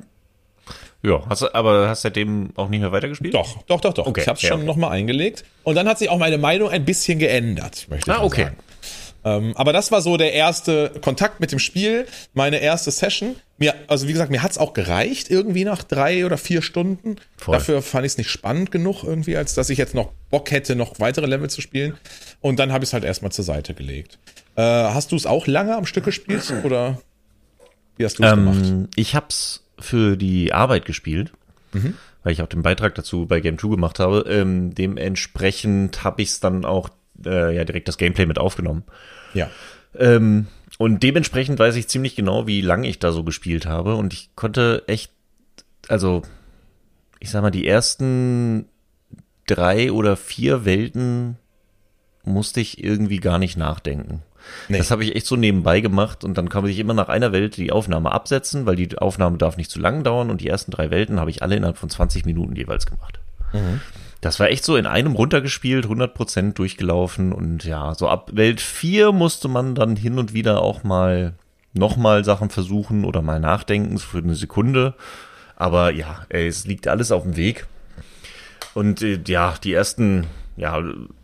Ja, hast du, aber hast seitdem auch nicht mehr weitergespielt? Doch, doch, doch, doch. Okay, ich habe es ja, schon okay. nochmal eingelegt. Und dann hat sich auch meine Meinung ein bisschen geändert, möchte ich ah, okay. sagen. Ähm, aber das war so der erste Kontakt mit dem Spiel, meine erste Session. Mir, also wie gesagt, mir hat's auch gereicht, irgendwie nach drei oder vier Stunden. Voll. Dafür fand ich es nicht spannend genug irgendwie, als dass ich jetzt noch Bock hätte, noch weitere Level zu spielen. Und dann habe ich es halt erstmal zur Seite gelegt. Äh, hast du es auch lange am Stück gespielt oder wie hast du es ähm, gemacht? Ich hab's für die Arbeit gespielt, mhm. weil ich auch den Beitrag dazu bei Game zwei gemacht habe. Ähm, dementsprechend habe ich es dann auch äh, ja direkt das Gameplay mit aufgenommen. Ja. Ähm, und dementsprechend weiß ich ziemlich genau, wie lange ich da so gespielt habe. Und ich konnte echt, also ich sag mal, die ersten drei oder vier Welten musste ich irgendwie gar nicht nachdenken. Nee. Das habe ich echt so nebenbei gemacht und dann kann ich immer nach einer Welt die Aufnahme absetzen, weil die Aufnahme darf nicht zu lang dauern und die ersten drei Welten habe ich alle innerhalb von zwanzig Minuten jeweils gemacht. Mhm. Das war echt so in einem runtergespielt, hundert Prozent durchgelaufen und ja, so ab Welt vier musste man dann hin und wieder auch mal nochmal Sachen versuchen oder mal nachdenken, so für eine Sekunde. Aber ja, ey, es liegt alles auf dem Weg. Und äh, ja, die ersten, ja,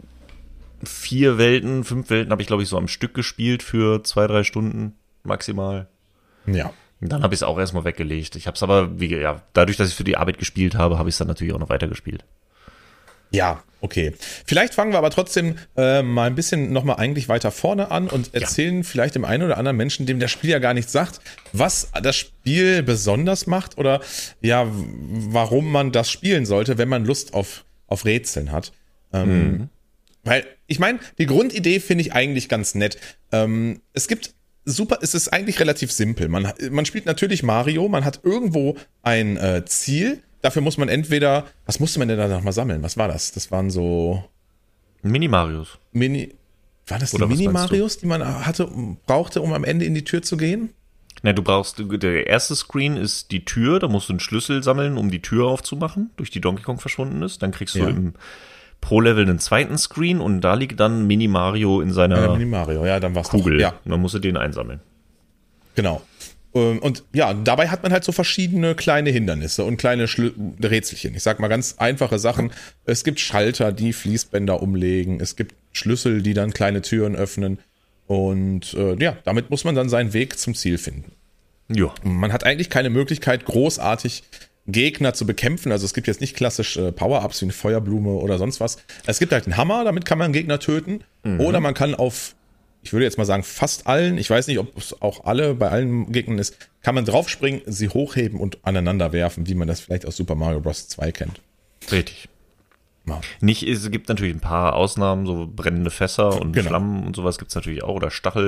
vier Welten, fünf Welten habe ich, glaube ich, so am Stück gespielt für zwei, drei Stunden maximal. Ja. Und dann habe ich es auch erstmal weggelegt. Ich habe es aber, wie, ja, dadurch, dass ich für die Arbeit gespielt habe, habe ich es dann natürlich auch noch weitergespielt. Ja, okay. Vielleicht fangen wir aber trotzdem äh, mal ein bisschen nochmal eigentlich weiter vorne an und erzählen ja. vielleicht dem einen oder anderen Menschen, dem das Spiel ja gar nichts sagt, was das Spiel besonders macht oder ja, warum man das spielen sollte, wenn man Lust auf, auf Rätseln hat. Ähm, mhm. Weil, ich meine, die Grundidee finde ich eigentlich ganz nett. Ähm, es gibt super, es ist eigentlich relativ simpel. Man, man spielt natürlich Mario, man hat irgendwo ein äh, Ziel. Dafür muss man entweder, was musste man denn da nochmal sammeln? Was war das? Das waren so Mini-Marios. Mini, Waren das die Oder was meinst du? Mini-Marios, die man hatte, brauchte, um am Ende in die Tür zu gehen? Na, du brauchst, der erste Screen ist die Tür, da musst du einen Schlüssel sammeln, um die Tür aufzumachen, durch die Donkey Kong verschwunden ist. Dann kriegst du Ja. im Pro-Level einen zweiten Screen und da liegt dann Mini Mario in seiner Ja, Mini-Mario, ja, dann war's Kugel. Doch. Ja, Und dann musst du den einsammeln. genau. Ähm, Und ja, dabei hat man halt so verschiedene kleine Hindernisse und kleine Schlü- Rätselchen. Ich sag mal ganz einfache Sachen. Es gibt Schalter, die Fließbänder umlegen. Es gibt Schlüssel, die dann kleine Türen öffnen. Und äh, ja, damit muss man dann seinen Weg zum Ziel finden. Ja. Man hat eigentlich keine Möglichkeit, großartig Gegner zu bekämpfen. Also es gibt jetzt nicht klassisch äh, Power-Ups wie eine Feuerblume oder sonst was. Es gibt halt einen Hammer, damit kann man Gegner töten. Mhm. Oder man kann auf, ich würde jetzt mal sagen, fast allen, ich weiß nicht, ob es auch alle bei allen Gegnern ist, kann man draufspringen, sie hochheben und aneinander werfen, wie man das vielleicht aus Super Mario Bros. zwei kennt. Richtig. Ja. Nicht, es gibt natürlich ein paar Ausnahmen, so brennende Fässer und Genau. Flammen und sowas gibt es natürlich auch. Oder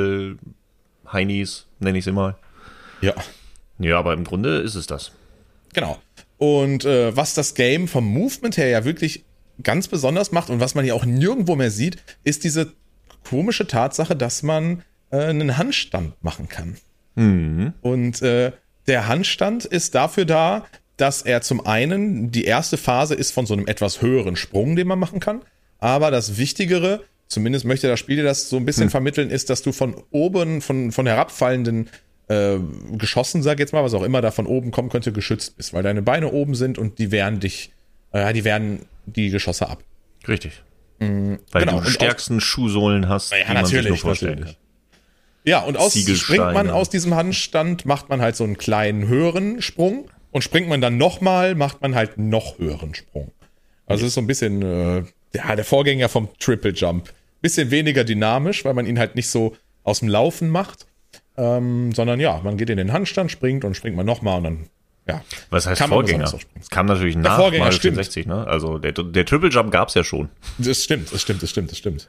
Stachel-Heinis, nenne ich es immer. Ja, Ja, aber im Grunde ist es das. genau. Und äh, was das Game vom Movement her ja wirklich ganz besonders macht und was man ja auch nirgendwo mehr sieht, ist diese komische Tatsache, dass man äh, einen Handstand machen kann. Mhm. Und äh, der Handstand ist dafür da, dass er zum einen, die erste Phase ist von so einem etwas höheren Sprung, den man machen kann. Aber das Wichtigere, zumindest möchte das Spiel dir das so ein bisschen hm. vermitteln, ist, dass du von oben, von, von herabfallenden äh, Geschossen, sag ich jetzt mal, was auch immer da von oben kommen könnte, geschützt bist. Weil deine Beine oben sind und die wehren dich, äh, die wehren die Geschosse ab. Richtig. Mhm. Weil genau. du die stärksten Schuhsohlen hast, ja, die man sich nur vorstellen natürlich. kann. Ja, und aus, springt man Ziegelsteine. aus diesem Handstand, macht man halt so einen kleinen höheren Sprung. Und springt man dann nochmal, macht man halt noch höheren Sprung. Also es ist so ein bisschen, äh, ja, der Vorgänger vom Triple Jump. Bisschen weniger dynamisch, weil man ihn halt nicht so aus dem Laufen macht. Ähm, sondern ja, man geht in den Handstand, springt und springt man nochmal und dann, ja. Was heißt kann man Vorgänger? besonders so springen. Es kam natürlich nach Vorgänger, Mario stimmt. vierundsechzig, ne? Also der, der Triple Jump gab es ja schon. Das stimmt, das stimmt, das stimmt, das stimmt.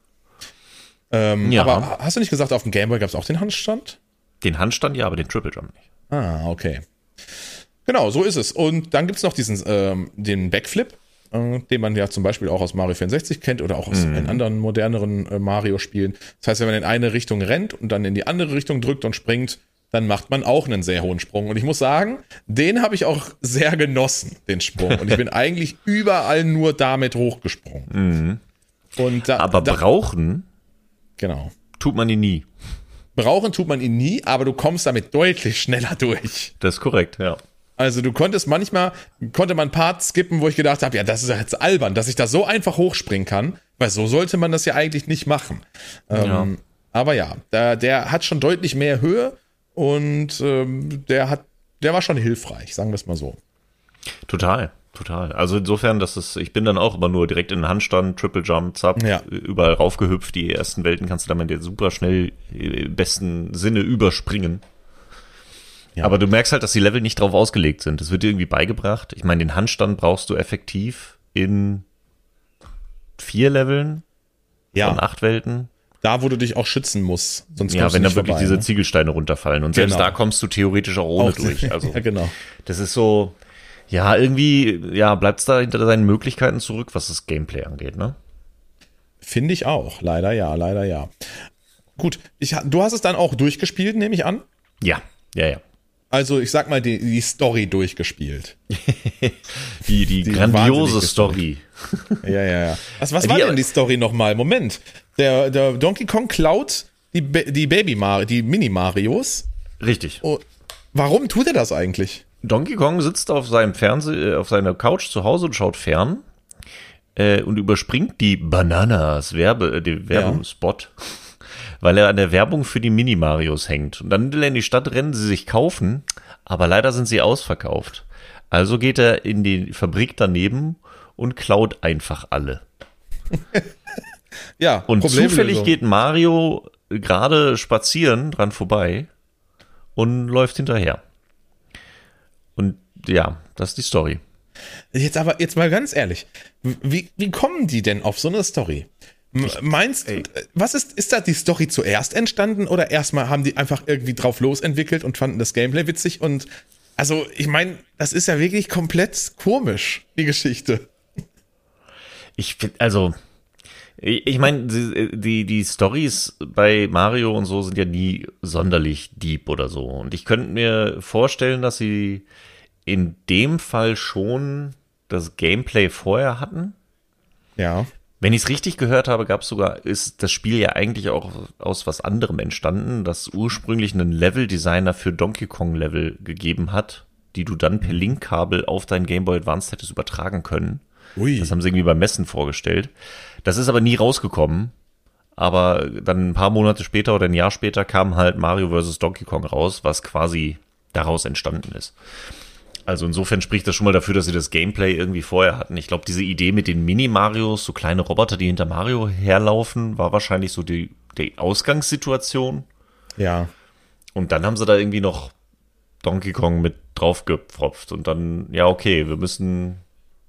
Ähm, Ja. Aber hast du nicht gesagt, auf dem Gameboy gab es auch den Handstand? Den Handstand ja, aber den Triple Jump nicht. Ah, okay. Genau, so ist es. Und dann gibt's noch diesen ähm, den Backflip, äh, den man ja zum Beispiel auch aus Mario vierundsechzig kennt oder auch aus Mhm. in anderen moderneren äh, Mario-Spielen. Das heißt, wenn man in eine Richtung rennt und dann in die andere Richtung drückt und springt, dann macht man auch einen sehr hohen Sprung. Und ich muss sagen, den habe ich auch sehr genossen, den Sprung. Und ich bin eigentlich überall nur damit hochgesprungen. Mhm. Und da, Aber da, brauchen genau. tut man ihn nie. Brauchen tut man ihn nie, aber du kommst damit deutlich schneller durch. Das ist korrekt, ja. Also du konntest manchmal, konnte man Parts skippen, wo ich gedacht habe, ja, das ist ja jetzt albern, dass ich da so einfach hochspringen kann, weil so sollte man das ja eigentlich nicht machen. Ja. Ähm, aber ja, der, der hat schon deutlich mehr Höhe und ähm, der hat, der war schon hilfreich, sagen wir es mal so. Total, total. Also insofern, dass es, ich bin dann auch immer nur direkt in den Handstand, Triple Jump, Zap, Ja. überall raufgehüpft. Die ersten Welten kannst du damit jetzt super schnell im besten Sinne überspringen. Ja. Aber du merkst halt, dass die Level nicht drauf ausgelegt sind. Das wird dir irgendwie beigebracht. Ich meine, den Handstand brauchst du effektiv in vier Leveln Ja, von acht Welten. da wo du dich auch schützen musst, sonst Ja, kommst wenn du da nicht wirklich vorbei, diese ne? Ziegelsteine runterfallen. Und selbst Genau. da kommst du theoretisch auch ohne Auch- durch. Also ja, genau. das ist so, ja, irgendwie, ja, bleibt's da hinter seinen Möglichkeiten zurück, was das Gameplay angeht, ne? Finde ich auch. Leider ja, leider ja. Gut, ich, ha- du hast es dann auch durchgespielt, nehme ich an. Ja, ja, ja. Also ich sag mal, die, die Story durchgespielt. Die, die, Die grandiose wahnsinnige Story. Ja, ja, ja. Was, was Die- war denn die Story nochmal? Moment. Der, der Donkey Kong klaut die, Ba- die Baby Mario, die Mini-Marios. Richtig. Oh, warum tut er das eigentlich? Donkey Kong sitzt auf seinem Fernseh, äh, auf seiner Couch zu Hause und schaut fern äh, und überspringt die Bananas Werbe, äh, den Werbespot, weil er an der Werbung für die Mini-Marios hängt. Und dann will er in die Stadt rennen, sie sich kaufen, aber leider sind sie ausverkauft. Also geht er in die Fabrik daneben und klaut einfach alle. Ja, Und Problemlösung. zufällig geht Mario gerade spazieren dran vorbei und läuft hinterher. Und ja, das ist die Story. Jetzt aber, jetzt mal ganz ehrlich. Wie, wie kommen die denn auf so eine Story? M- Meinst du, was ist, ist da die Story zuerst entstanden oder erstmal haben die einfach irgendwie drauf losentwickelt und fanden das Gameplay witzig und, also, ich meine, das ist ja wirklich komplett komisch, die Geschichte. Ich finde, also, Ich, ich meine, die, die, die Storys bei Mario und so sind ja nie sonderlich deep oder so. Und ich könnte mir vorstellen, dass sie in dem Fall schon das Gameplay vorher hatten. Ja. Wenn ich es richtig gehört habe, gab es sogar, ist das Spiel ja eigentlich auch aus was anderem entstanden, das ursprünglich einen Level-Designer für Donkey Kong-Level gegeben hat, die du dann per Linkkabel auf dein Game Boy Advance hättest übertragen können. Ui. Das haben sie irgendwie beim Messen vorgestellt. Das ist aber nie rausgekommen. Aber dann ein paar Monate später oder ein Jahr später kam halt Mario versus. Donkey Kong raus, was quasi daraus entstanden ist. Also insofern spricht das schon mal dafür, dass sie das Gameplay irgendwie vorher hatten. Ich glaube, diese Idee mit den Mini-Marios, so kleine Roboter, die hinter Mario herlaufen, war wahrscheinlich so die, die Ausgangssituation. Ja. Und dann haben sie da irgendwie noch Donkey Kong mit draufgepfropft. Und dann, ja, okay, wir müssen...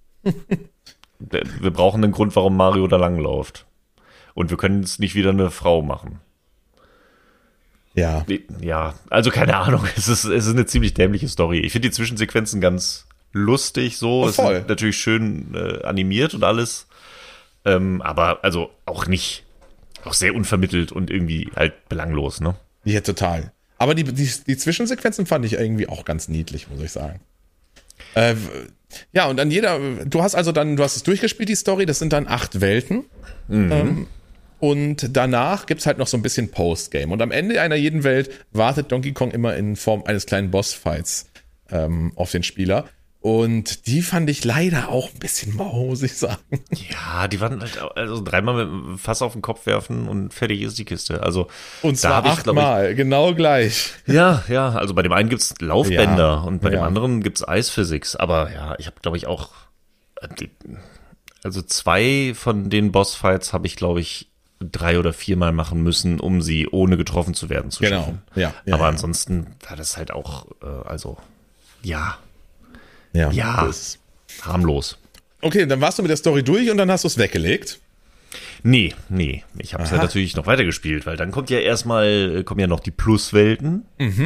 wir brauchen einen Grund, warum Mario da langläuft. Und wir können es nicht wieder eine Frau machen. Ja. Ja, also keine Ahnung. Es ist, es ist eine ziemlich dämliche Story. Ich finde die Zwischensequenzen ganz lustig so. Oh, es voll. ist natürlich schön äh, animiert und alles. Ähm, aber also auch nicht, auch sehr unvermittelt und irgendwie halt belanglos, ne? Ja, total. Aber die, die, die Zwischensequenzen fand ich irgendwie auch ganz niedlich, muss ich sagen. Äh, ja, und dann jeder, du hast also dann, du hast es durchgespielt, die Story, das sind dann acht Welten. Mhm. Ähm, und danach gibt's halt noch so ein bisschen Postgame. Und am Ende einer jeden Welt wartet Donkey Kong immer in Form eines kleinen Bossfights ähm, auf den Spieler. Und die fand ich leider auch ein bisschen mau, muss ich sagen. Ja, die waren halt, also dreimal mit dem Fass auf den Kopf werfen und fertig ist die Kiste. Also, und zwar achtmal, genau gleich. Ja, ja, also bei dem einen gibt's Laufbänder Ja, und bei ja. dem anderen gibt's Eisphysics. Aber ja, ich habe, glaube ich, auch, die, also zwei von den Bossfights habe ich, glaube ich, drei oder viermal machen müssen, um sie ohne getroffen zu werden zu Genau, schaffen. ja, ja. Aber ja. ansonsten war das halt auch, äh, also, ja, Ja, ja, das- harmlos. Okay, dann warst du mit der Story durch und dann hast du es weggelegt. Nee, nee, ich habe es ja Aha. natürlich noch weitergespielt, weil dann kommt ja erstmal, äh, kommen ja noch die Pluswelten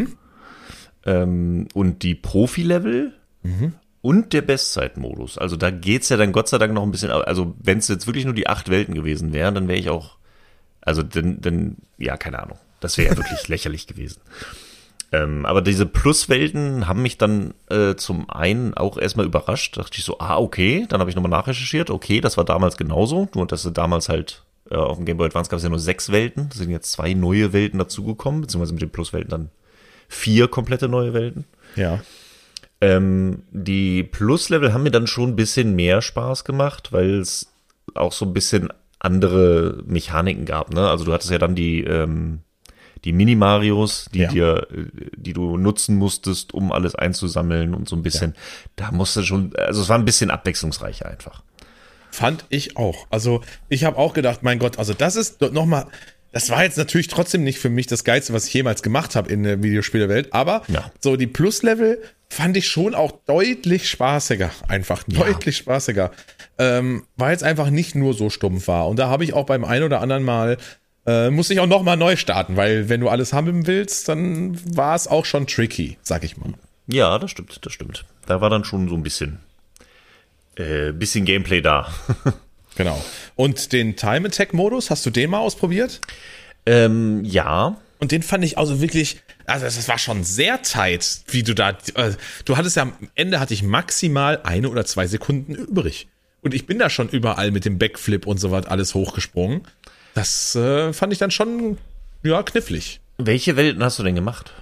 ähm, und die Profi-Level und der Bestzeitmodus. Also da geht's ja dann Gott sei Dank noch ein bisschen, also wenn es jetzt wirklich nur die acht Welten gewesen wären, dann wäre ich auch, also dann, dann, ja, keine Ahnung, das wäre ja wirklich lächerlich gewesen. Ähm, aber diese Pluswelten haben mich dann äh, zum einen auch erstmal überrascht. Da dachte ich so, ah, okay. Dann habe ich nochmal nachrecherchiert. Okay, das war damals genauso. Nur, dass sie damals halt äh, auf dem Game Boy Advance gab es ja nur sechs Welten. Da sind jetzt zwei neue Welten dazugekommen. Beziehungsweise mit den Pluswelten dann vier komplette neue Welten. Ja. Ähm, die Plus-Level haben mir dann schon ein bisschen mehr Spaß gemacht, weil es auch so ein bisschen andere Mechaniken gab. Ne? Also du hattest ja dann die... Ähm, Die Mini-Marios, die Ja. dir, die du nutzen musstest, um alles einzusammeln und so ein bisschen, da musste schon, also es war ein bisschen abwechslungsreicher einfach. Fand ich auch. Also ich habe auch gedacht, mein Gott, also das ist nochmal, das war jetzt natürlich trotzdem nicht für mich das Geilste, was ich jemals gemacht habe in der Videospielewelt, aber Ja. so die Plus-Level fand ich schon auch deutlich spaßiger, einfach Ja. deutlich spaßiger, ähm, weil es einfach nicht nur so stumpf war. Und da habe ich auch beim ein oder anderen Mal, äh, musste ich auch nochmal neu starten, weil wenn du alles haben willst, dann war es auch schon tricky, sag ich mal. Ja, das stimmt, das stimmt. Da war dann schon so ein bisschen, äh, bisschen Gameplay da. Genau. Und den Time-Attack-Modus, hast du den mal ausprobiert? ähm, ja, Und den fand ich also wirklich, also das war schon sehr tight, wie du da, äh, du hattest ja am Ende hatte ich maximal eine oder zwei Sekunden übrig. Und ich bin da schon überall mit dem Backflip und so was alles hochgesprungen. Das äh, fand ich dann schon, ja, knifflig. welche Welten hast du denn gemacht?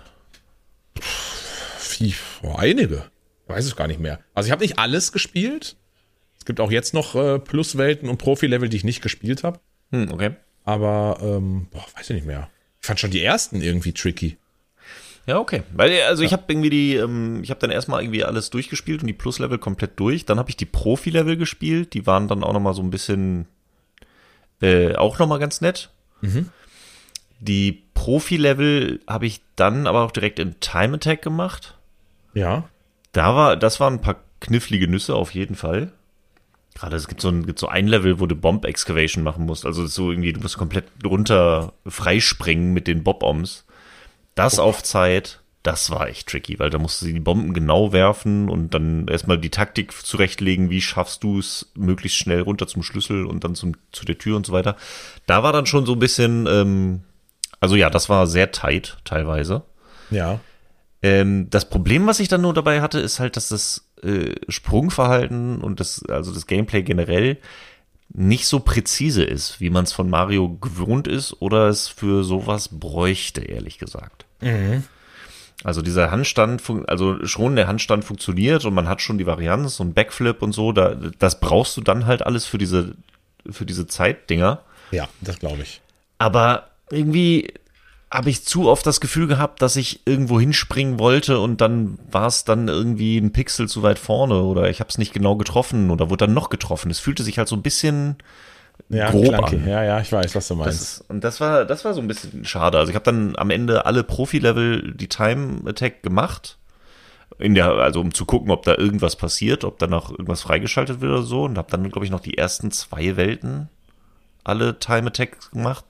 Wie, oh, einige. Ich weiß es gar nicht mehr. Also ich habe nicht alles gespielt. Es gibt auch jetzt noch äh, Pluswelten und Profi-Level, die ich nicht gespielt habe. Hm, okay. Aber, ähm, boah, weiß ich nicht mehr. Ich fand schon die ersten irgendwie tricky. Ja, okay. Weil, also ich habe irgendwie die, ähm, ich habe dann erstmal irgendwie alles durchgespielt und die Plus-Level komplett durch. Dann habe ich die Profi-Level gespielt. Die waren dann auch nochmal so ein bisschen, äh, auch nochmal ganz nett. Die Profi-Level habe ich dann aber auch direkt in Time Attack gemacht. Ja. Da war, das waren ein paar knifflige Nüsse auf jeden Fall. Gerade es gibt so ein, gibt so ein Level, wo du Bomb Excavation machen musst. Also so irgendwie, du musst komplett runter freispringen mit den Bob-Oms. Das Oh. auf Zeit. das war echt tricky, weil da musste sie die Bomben genau werfen und dann erstmal die Taktik zurechtlegen, wie schaffst du es, möglichst schnell runter zum Schlüssel und dann zum, zu der Tür und so weiter. Da war dann schon so ein bisschen, ähm, also ja, das war sehr tight teilweise. Ja. Ähm, das Problem, was ich dann nur dabei hatte, ist halt, dass das äh, Sprungverhalten und das, also das Gameplay generell nicht so präzise ist, wie man es von Mario gewohnt ist oder es für sowas bräuchte, ehrlich gesagt. Mhm. Also dieser Handstand, also schon der Handstand funktioniert und man hat schon die Varianz und Backflip und so, da, das brauchst du dann halt alles für diese, für diese Zeitdinger. Ja, das glaube ich. Aber irgendwie habe ich zu oft das Gefühl gehabt, dass ich irgendwo hinspringen wollte und dann war es dann irgendwie ein Pixel zu weit vorne oder ich habe es nicht genau getroffen oder wurde dann noch getroffen. Es fühlte sich halt so ein bisschen ja, grob clunky. an. Ja, ja, ich weiß, was du meinst. Das ist, und das war, das war so ein bisschen schade. Also ich habe dann am Ende alle Profi-Level die Time Attack gemacht, in der, also um zu gucken, ob da irgendwas passiert, ob danach irgendwas freigeschaltet wird oder so. Und habe dann, glaube ich, noch die ersten zwei Welten alle Time Attacks gemacht.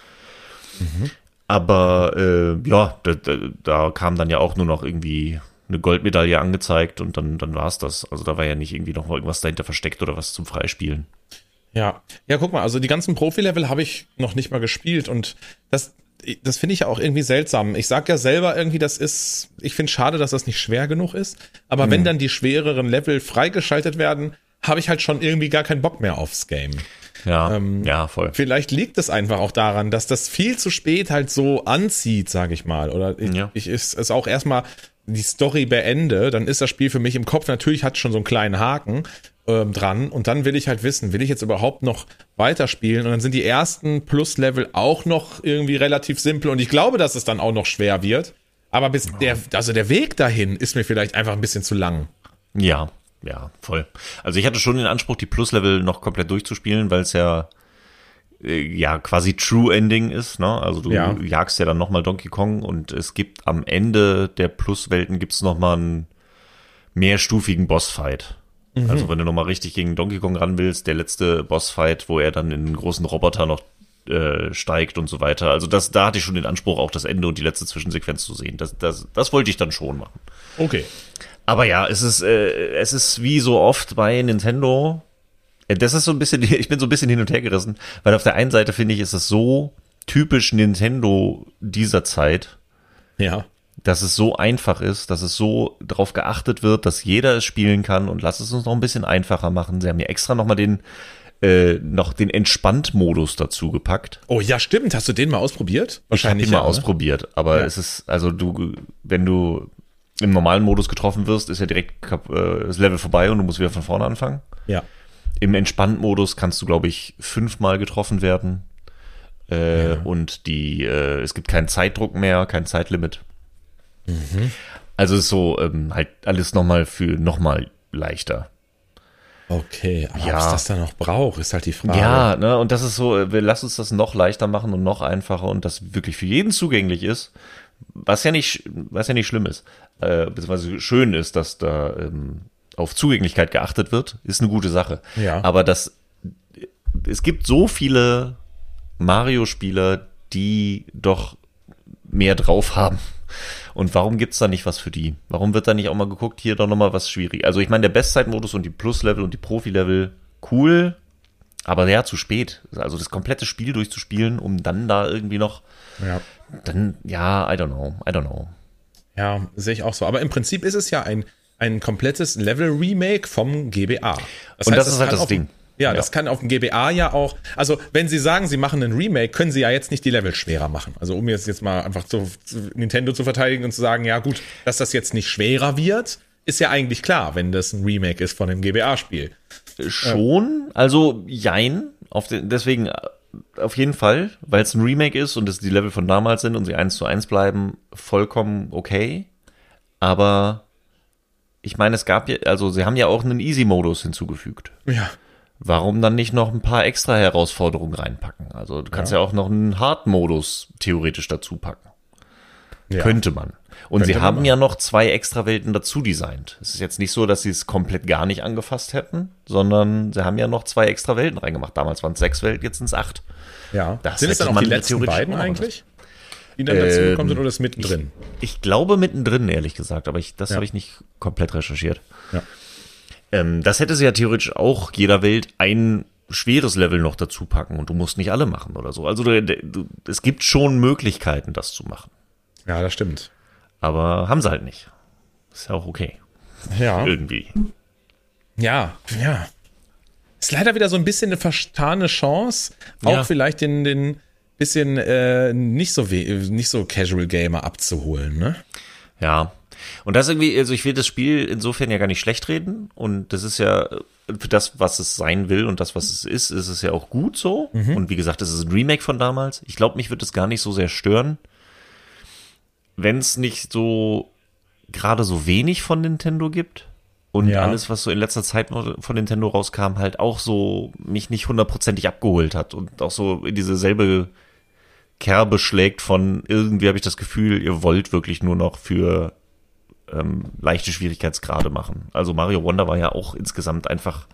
Mhm. Aber äh, ja, da, da, da kam dann ja auch nur noch irgendwie eine Goldmedaille angezeigt und dann, dann war es das. Also da war ja nicht irgendwie noch mal irgendwas dahinter versteckt oder was zum Freispielen. Ja, ja, guck mal, also die ganzen Profi-Level habe ich noch nicht mal gespielt und das, das finde ich ja auch irgendwie seltsam. Ich sag ja selber irgendwie, das ist, ich finde schade, dass das nicht schwer genug ist, aber hm. wenn dann die schwereren Level freigeschaltet werden, habe ich halt schon irgendwie gar keinen Bock mehr aufs Game. Ja, ähm, ja, voll. Vielleicht liegt es einfach auch daran, dass das viel zu spät halt so anzieht, sage ich mal. Oder ich, ja. ich ist es auch erstmal die Story beende, dann ist das Spiel für mich im Kopf, natürlich hat es schon so einen kleinen Haken ähm, dran und dann will ich halt wissen, will ich jetzt überhaupt noch weiterspielen und dann sind die ersten Plus-Level auch noch irgendwie relativ simpel und ich glaube, dass es dann auch noch schwer wird, aber bis ja. der, also der Weg dahin ist mir vielleicht einfach ein bisschen zu lang. Ja, ja, voll. Also ich hatte schon den Anspruch, die Plus-Level noch komplett durchzuspielen, weil es ja äh, ja quasi True Ending ist, ne? Also du ja. jagst ja dann nochmal Donkey Kong und es gibt am Ende der Plus-Welten gibt's nochmal einen mehrstufigen Bossfight. Mhm. Also wenn du nochmal richtig gegen Donkey Kong ran willst, der letzte Bossfight, wo er dann in einen großen Roboter noch äh, steigt und so weiter. Also das, da hatte ich schon den Anspruch, auch das Ende und die letzte Zwischensequenz zu sehen. Das, das, das wollte ich dann schon machen. Okay. Aber ja, es ist, äh, es ist wie so oft bei Nintendo. Das ist so ein bisschen, ich bin so ein bisschen hin und her gerissen, weil auf der einen Seite finde ich, ist es so typisch Nintendo dieser Zeit, ja, dass es so einfach ist, dass es so darauf geachtet wird, dass jeder es spielen kann und lass es uns noch ein bisschen einfacher machen. Sie haben ja extra nochmal den, äh, noch den Entspannt-Modus dazu gepackt. Oh ja, stimmt. Hast du den mal ausprobiert? Wahrscheinlich ich habe ihn mal ja, ausprobiert, aber ja. es ist, also du, wenn du im normalen Modus getroffen wirst, ist ja direkt äh, das Level vorbei und du musst wieder von vorne anfangen. Ja. Im Entspannt-Modus kannst du, glaube ich, fünfmal getroffen werden. Äh, ja. Und die, äh, es gibt keinen Zeitdruck mehr, kein Zeitlimit. Mhm. Also ist so ähm, halt alles nochmal für nochmal leichter. Okay, aber ja. ob es das dann noch braucht, ist halt die Frage. Ja, ne, und das ist so, wir lassen uns das noch leichter machen und noch einfacher und das wirklich für jeden zugänglich ist. Was ja nicht, was ja nicht schlimm ist, äh, beziehungsweise schön ist, dass da ähm, auf Zugänglichkeit geachtet wird, ist eine gute Sache. Ja. Aber das, es gibt so viele Mario-Spieler, die doch mehr drauf haben. Und warum gibt's da nicht was für die? Warum wird da nicht auch mal geguckt, hier doch nochmal was schwierig? Also ich meine, der Bestzeit-Modus und die Plus-Level und die Profi-Level, cool, aber ja, zu spät. Also das komplette Spiel durchzuspielen, um dann da irgendwie noch ja. Dann, ja, I don't know, I don't know. Ja, sehe ich auch so. Aber im Prinzip ist es ja ein, ein komplettes Level-Remake vom G B A. Das und heißt, das ist halt das Ding. Ja, ja, das kann auf dem G B A ja auch, also wenn sie sagen, sie machen einen Remake, können sie ja jetzt nicht die Level schwerer machen. Also um jetzt, jetzt mal einfach zu, zu Nintendo zu verteidigen und zu sagen, ja gut, dass das jetzt nicht schwerer wird, ist ja eigentlich klar, wenn das ein Remake ist von dem G B A-Spiel. Schon, also jein, auf den, deswegen auf jeden Fall, weil es ein Remake ist und es die Level von damals sind und sie eins zu eins bleiben, vollkommen okay. Aber ich meine, es gab ja, also sie haben ja auch einen Easy-Modus hinzugefügt. Ja. Warum dann nicht noch ein paar extra Herausforderungen reinpacken? Also du kannst ja, ja auch noch einen Hard-Modus theoretisch dazu packen. Ja. Könnte man. Und Könnte sie haben ja noch zwei extra Welten dazu designt. Es ist jetzt nicht so, dass sie es komplett gar nicht angefasst hätten, sondern sie haben ja noch zwei extra Welten reingemacht. Damals waren es sechs Welten, jetzt sind es acht. Ja. Das sind es dann auch die letzten beiden eigentlich? die dann dazu gekommen sind, oder ist mittendrin? Ich, ich glaube mittendrin, ehrlich gesagt, aber ich, das Ja. habe ich nicht komplett recherchiert. Ja. Ähm, das hätte sie ja theoretisch auch jeder Welt ein schweres Level noch dazu packen und du musst nicht alle machen oder so. Also du, du, es gibt schon Möglichkeiten, das zu machen. Ja, das stimmt. Aber haben sie halt nicht. Ist ja auch okay. Ja. Irgendwie. Ja, ja. Ist leider wieder so ein bisschen eine vertane Chance, auch Ja. vielleicht den, den bisschen äh, nicht so we- nicht so Casual Gamer abzuholen, ne? Ja. Und das irgendwie, also ich will das Spiel insofern ja gar nicht schlecht reden. Und das ist ja für das, was es sein will und das, was es ist, ist es ja auch gut so. Mhm. Und wie gesagt, es ist ein Remake von damals. Ich glaube, mich wird es gar nicht so sehr stören, wenn es nicht so gerade so wenig von Nintendo gibt. Und Ja. alles, was so in letzter Zeit von Nintendo rauskam, halt auch so mich nicht hundertprozentig abgeholt hat und auch so in diese selbe Kerbe schlägt von irgendwie habe ich das Gefühl, ihr wollt wirklich nur noch für ähm, leichte Schwierigkeitsgrade machen. Also Mario Wonder war ja auch insgesamt einfach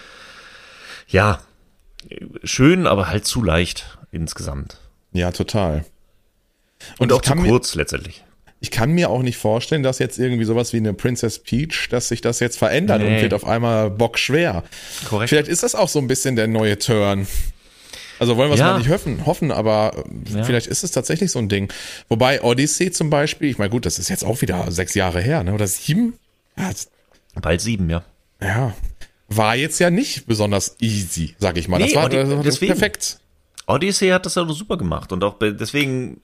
ja schön, aber halt zu leicht insgesamt. Ja, total. Und, Und auch ich zu kann mir- kurz letztendlich. Ich kann mir auch nicht vorstellen, dass jetzt irgendwie sowas wie eine Princess Peach, dass sich das jetzt verändert Nee. und wird auf einmal bockschwer. Korrekt. Vielleicht ist das auch so ein bisschen der neue Turn. Also wollen wir es Ja. mal nicht hoffen, hoffen, aber äh, Ja. vielleicht ist es tatsächlich so ein Ding. Wobei Odyssey zum Beispiel, ich meine gut, das ist jetzt auch wieder sechs Jahre her, ne? Oder sieben? Ja, das- Bald sieben, ja. ja. War jetzt ja nicht besonders easy, sag ich mal. Das Nee, war und die- das war deswegen. perfekt. Odyssey hat das ja super gemacht und auch bei- deswegen,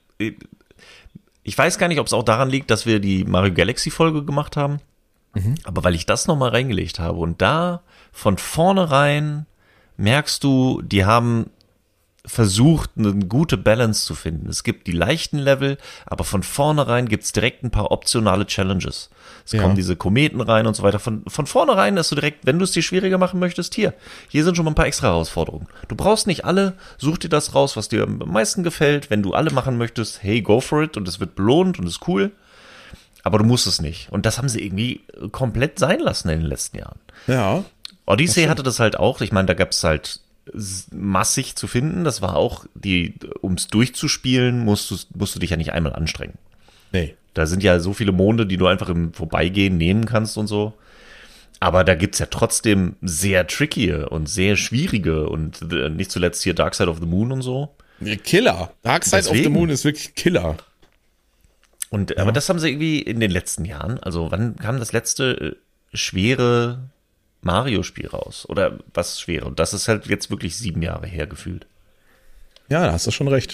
ich weiß gar nicht, ob es auch daran liegt, dass wir die Mario Galaxy Folge gemacht haben, aber weil ich das nochmal reingelegt habe und da von vornherein merkst du, die haben versucht, eine gute Balance zu finden. Es gibt die leichten Level, aber von vornherein gibt's direkt ein paar optionale Challenges. Es Ja. kommen diese Kometen rein und so weiter. Von, von vornherein, dass du direkt, wenn du es dir schwieriger machen möchtest, hier, hier sind schon mal ein paar extra Herausforderungen. Du brauchst nicht alle, such dir das raus, was dir am meisten gefällt. Wenn du alle machen möchtest, hey, go for it und es wird belohnt und ist cool. Aber du musst es nicht. Und das haben sie irgendwie komplett sein lassen in den letzten Jahren. Ja. Odyssey hatte das halt auch. Ich meine, da gab es halt s- massig zu finden. Das war auch die, um es durchzuspielen, musst du, musst du dich ja nicht einmal anstrengen. Nee. Da sind ja so viele Monde, die du einfach im Vorbeigehen nehmen kannst und so. Aber da gibt's ja trotzdem sehr tricky und sehr schwierige und äh, nicht zuletzt hier Dark Side of the Moon und so. Killer. Dark Side of the Deswegen. Moon ist wirklich Killer. Und aber das haben sie irgendwie in den letzten Jahren, also wann kam das letzte äh, schwere Mario-Spiel raus? Oder was schwere? Und das ist halt jetzt wirklich sieben Jahre her gefühlt. Ja, da hast du schon recht.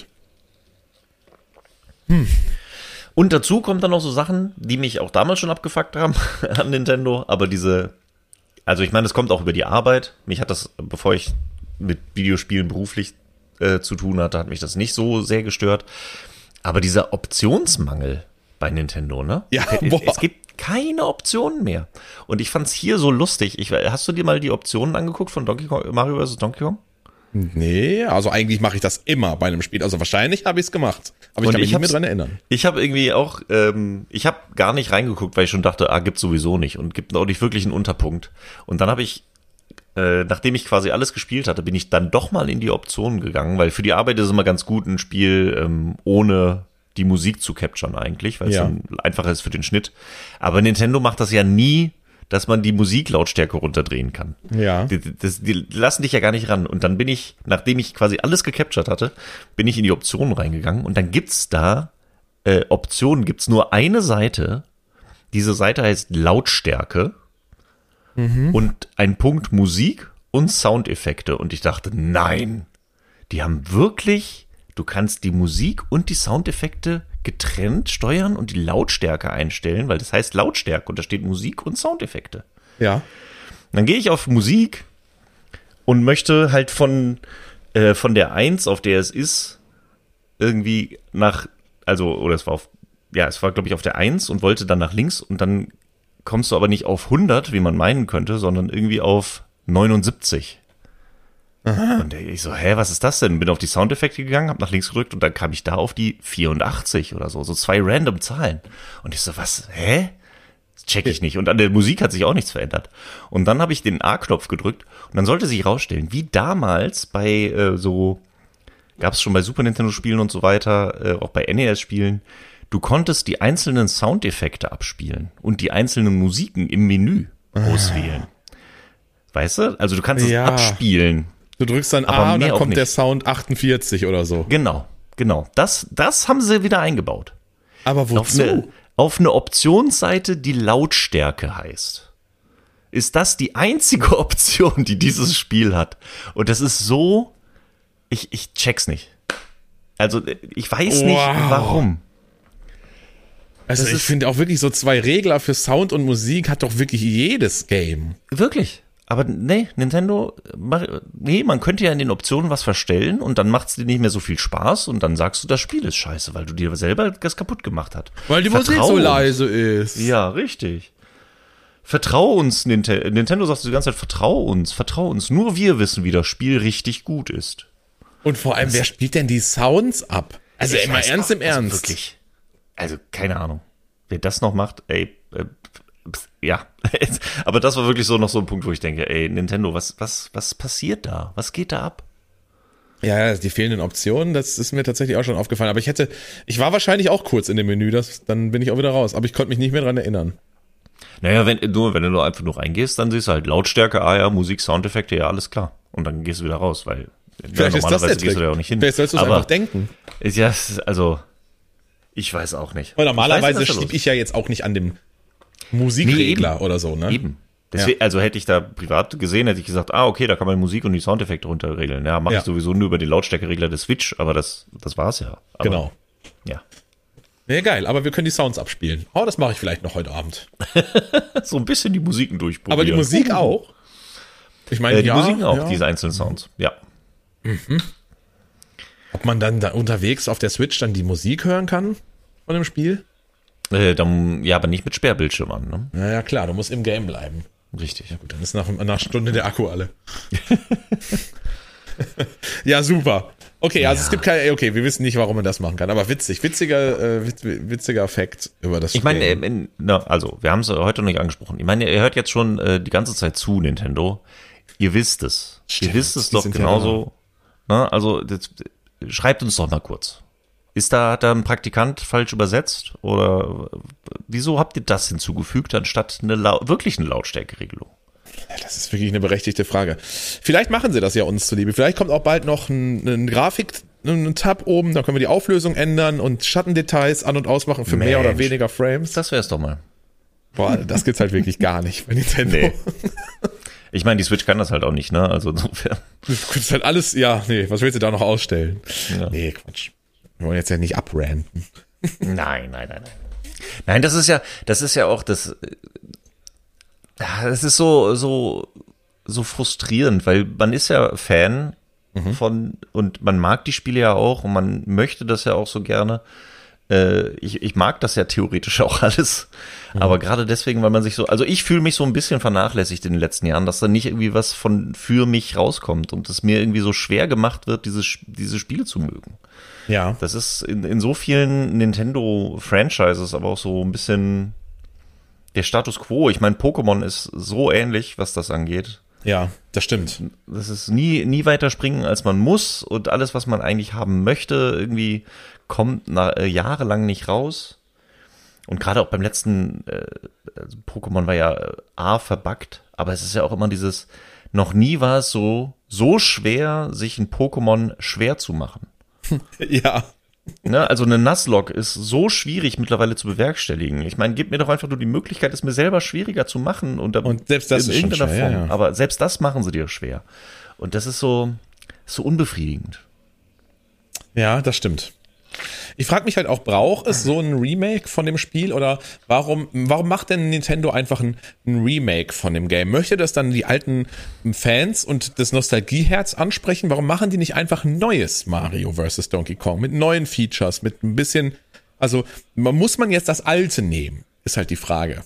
Und dazu kommt dann noch so Sachen, die mich auch damals schon abgefuckt haben an Nintendo, aber diese, also ich meine, das kommt auch über die Arbeit. Mich hat das, bevor ich mit Videospielen beruflich äh, zu tun hatte, hat mich das nicht so sehr gestört. Aber dieser Optionsmangel bei Nintendo, ne? Ja, es, boah. es gibt keine Optionen mehr. Und ich fand's hier so lustig. Ich, hast du dir mal die Optionen angeguckt von Donkey Kong, Mario versus. Donkey Kong? Nee, also eigentlich mache ich das immer bei einem Spiel. Also wahrscheinlich habe ich es gemacht. Aber ich Und kann mich ich nicht mehr hab's- dran erinnern. Ich habe irgendwie auch, ähm, ich habe gar nicht reingeguckt, weil ich schon dachte, ah, gibt's sowieso nicht und gibt auch nicht wirklich einen Unterpunkt. Und dann habe ich, äh, nachdem ich quasi alles gespielt hatte, bin ich dann doch mal in die Optionen gegangen, weil für die Arbeit ist es immer ganz gut, ein Spiel ähm, ohne die Musik zu capturen eigentlich, weil es Ja. dann einfacher ist für den Schnitt. Aber Nintendo macht das ja nie, dass man die Musiklautstärke runterdrehen kann. Ja. Die, das, die lassen dich ja gar nicht ran. Und dann bin ich, nachdem ich quasi alles gecaptured hatte, bin ich in die Optionen reingegangen. Und dann gibt's da äh, Optionen, gibt's nur eine Seite. Diese Seite heißt Lautstärke und ein Punkt Musik und Soundeffekte. Und ich dachte, nein, die haben wirklich, du kannst die Musik und die Soundeffekte getrennt steuern und die Lautstärke einstellen, weil das heißt Lautstärke und da steht Musik und Soundeffekte. Ja. Dann gehe ich auf Musik und möchte halt von, äh, von der eins, auf der es ist, irgendwie nach, also, oder es war auf, ja, es war, glaube ich, auf der eins und wollte dann nach links und dann kommst du aber nicht auf hundert, wie man meinen könnte, sondern irgendwie auf neunundsiebzig. Und ich so, hä, was ist das denn? Bin auf die Soundeffekte gegangen, hab nach links gedrückt und dann kam ich da auf die vierundachtzig oder so, so zwei random Zahlen. Und ich so, was, hä? Das check ich nicht. Und an der Musik hat sich auch nichts verändert. Und dann habe ich den A-Knopf gedrückt und dann sollte sich rausstellen, wie damals bei äh, so gab es schon bei Super Nintendo-Spielen und so weiter, äh, auch bei N E S-Spielen. Du konntest die einzelnen Soundeffekte abspielen und die einzelnen Musiken im Menü auswählen. Weißt du? Also du kannst es Ja. abspielen. Du drückst dann Aber A und mehr dann auch kommt der nicht. Sound achtundvierzig oder so. Genau, genau. Das, das haben sie wieder eingebaut. Aber Auf wozu? eine, auf eine Optionsseite, die Lautstärke heißt. Ist das die einzige Option, die dieses Spiel hat? Und das ist so, ich, ich check's nicht. Also ich weiß nicht, Wow. warum. Also das ich ist- finde auch wirklich so zwei Regler für Sound und Musik hat doch wirklich jedes Game. Wirklich. Aber nee, Nintendo, mach, nee, man könnte ja in den Optionen was verstellen und dann macht's dir nicht mehr so viel Spaß und dann sagst du, das Spiel ist scheiße, weil du dir selber das kaputt gemacht hast. Weil die Musik Vertrau so uns. leise ist. Ja, richtig. Vertrau uns, Nintendo. Nintendo sagt die ganze Zeit, vertrau uns, vertrau uns. Nur wir wissen, wie das Spiel richtig gut ist. Und vor allem, wer spielt denn die Sounds ab? Also Ich immer weiß ernst auch, im also Ernst. wirklich. Also, keine Ahnung. Wer das noch macht, ey, äh, pst, ja. Aber das war wirklich so noch so ein Punkt, wo ich denke, ey, Nintendo, was, was, was passiert da? Was geht da ab? Ja, die fehlenden Optionen, das ist mir tatsächlich auch schon aufgefallen. Aber ich hätte, ich war wahrscheinlich auch kurz in dem Menü, das, dann bin ich auch wieder raus. Aber ich konnte mich nicht mehr dran erinnern. Naja, wenn, nur, wenn du nur einfach nur reingehst, dann siehst du halt Lautstärke, ah ja, Musik, Soundeffekte, ja, alles klar. Und dann gehst du wieder raus, weil Vielleicht ja, ist das der gehst Trick. du da auch nicht hin. Vielleicht sollst du es Aber einfach denken. ist ja, es ist- also, ich weiß auch nicht. Weil Ich weiß normalerweise nicht, was da schieb los ich ja jetzt auch nicht an dem Musikregler Nee, oder so, ne? Eben. Deswegen, Also hätte ich da privat gesehen, hätte ich gesagt, ah, okay, da kann man Musik und die Soundeffekte runterregeln. Ja, mache Ja. ich sowieso nur über den Lautstärkeregler des Switch, aber das, das war's ja. Aber, Genau. Ja. Ja, geil, aber wir können die Sounds abspielen. Oh, das mache ich vielleicht noch heute Abend. So ein bisschen die Musiken durchprobieren. Aber die Musik auch? Ich meine, Äh, die ja, Musiken auch, ja. diese einzelnen Sounds. Ja. Ob man dann da unterwegs auf der Switch dann die Musik hören kann von dem Spiel? Äh, dann, ja, aber nicht mit Sperrbildschirm an, ne? Naja, klar, du musst im Game bleiben. Richtig. Gut, dann ist nach, nach Stunde der Akku alle. Ja, super. Okay, also Ja. es gibt keine, okay, wir wissen nicht, warum man das machen kann, aber witzig, witziger, äh, witz, witziger Fact über das Ich meine, Spiel. äh, in- na, also, wir haben es heute noch nicht angesprochen. Ich meine, ihr hört jetzt schon äh, die ganze Zeit zu, Nintendo. Ihr wisst es. Stimmt, ihr wisst es die doch sind ja genauso. Ne? Also, das, schreibt uns doch mal kurz. Ist da, hat da ein Praktikant falsch übersetzt? Oder äh, wieso habt ihr das hinzugefügt, anstatt eine lau wirklich eine Lautstärkeregelung? Das ist wirklich eine berechtigte Frage. Vielleicht machen sie das ja uns zuliebe. Vielleicht kommt auch bald noch ein, ein Grafik, ein Tab oben, da können wir die Auflösung ändern und Schattendetails an- und ausmachen für mehr Mensch. oder weniger Frames. Das wär's doch mal. Boah, das gibt's halt wirklich gar nicht bei Nintendo. Nee. Ich meine, die Switch kann das halt auch nicht, ne? Also insofern. Du kannst halt alles, ja, nee, was willst du da noch ausstellen? Ja. Nee, Quatsch. Wir wollen jetzt ja nicht abranten. Nein, nein, nein, nein. Nein, das ist ja, das ist ja auch das. Das ist so, so, so frustrierend, weil man ist ja Fan von und man mag die Spiele ja auch und man möchte das ja auch so gerne. Äh, ich, ich mag das ja theoretisch auch alles, aber gerade deswegen, weil man sich so, also ich fühle mich so ein bisschen vernachlässigt in den letzten Jahren, dass da nicht irgendwie was von für mich rauskommt und es mir irgendwie so schwer gemacht wird, diese, diese Spiele zu mögen. Ja. Das ist in, in so vielen Nintendo-Franchises aber auch so ein bisschen der Status Quo. Ich meine, Pokémon ist so ähnlich, was das angeht. Ja, das stimmt. Das ist nie, nie weiter springen, als man muss. Und alles, was man eigentlich haben möchte, irgendwie kommt nach, äh, jahrelang nicht raus. Und gerade auch beim letzten äh, also Pokémon war ja äh, A, verbuggt. Aber es ist ja auch immer dieses, noch nie war es so, so schwer, sich ein Pokémon schwer zu machen. Ja. Ne, also eine Nuzlocke ist so schwierig mittlerweile zu bewerkstelligen. Ich meine, gib mir doch einfach nur die Möglichkeit, es mir selber schwieriger zu machen. Und, Und selbst das in ist schon irgendeiner schwer, Form. ja, ja. Aber selbst das machen sie dir schwer. Und das ist so, so unbefriedigend. Ja, das stimmt. Ich frage mich halt auch, braucht es so ein Remake von dem Spiel oder warum, warum macht denn Nintendo einfach ein, ein Remake von dem Game? Möchte das dann die alten Fans und das Nostalgieherz ansprechen? Warum machen die nicht einfach ein neues Mario versus. Donkey Kong mit neuen Features, mit ein bisschen, also man, muss man jetzt das alte nehmen? Ist halt die Frage.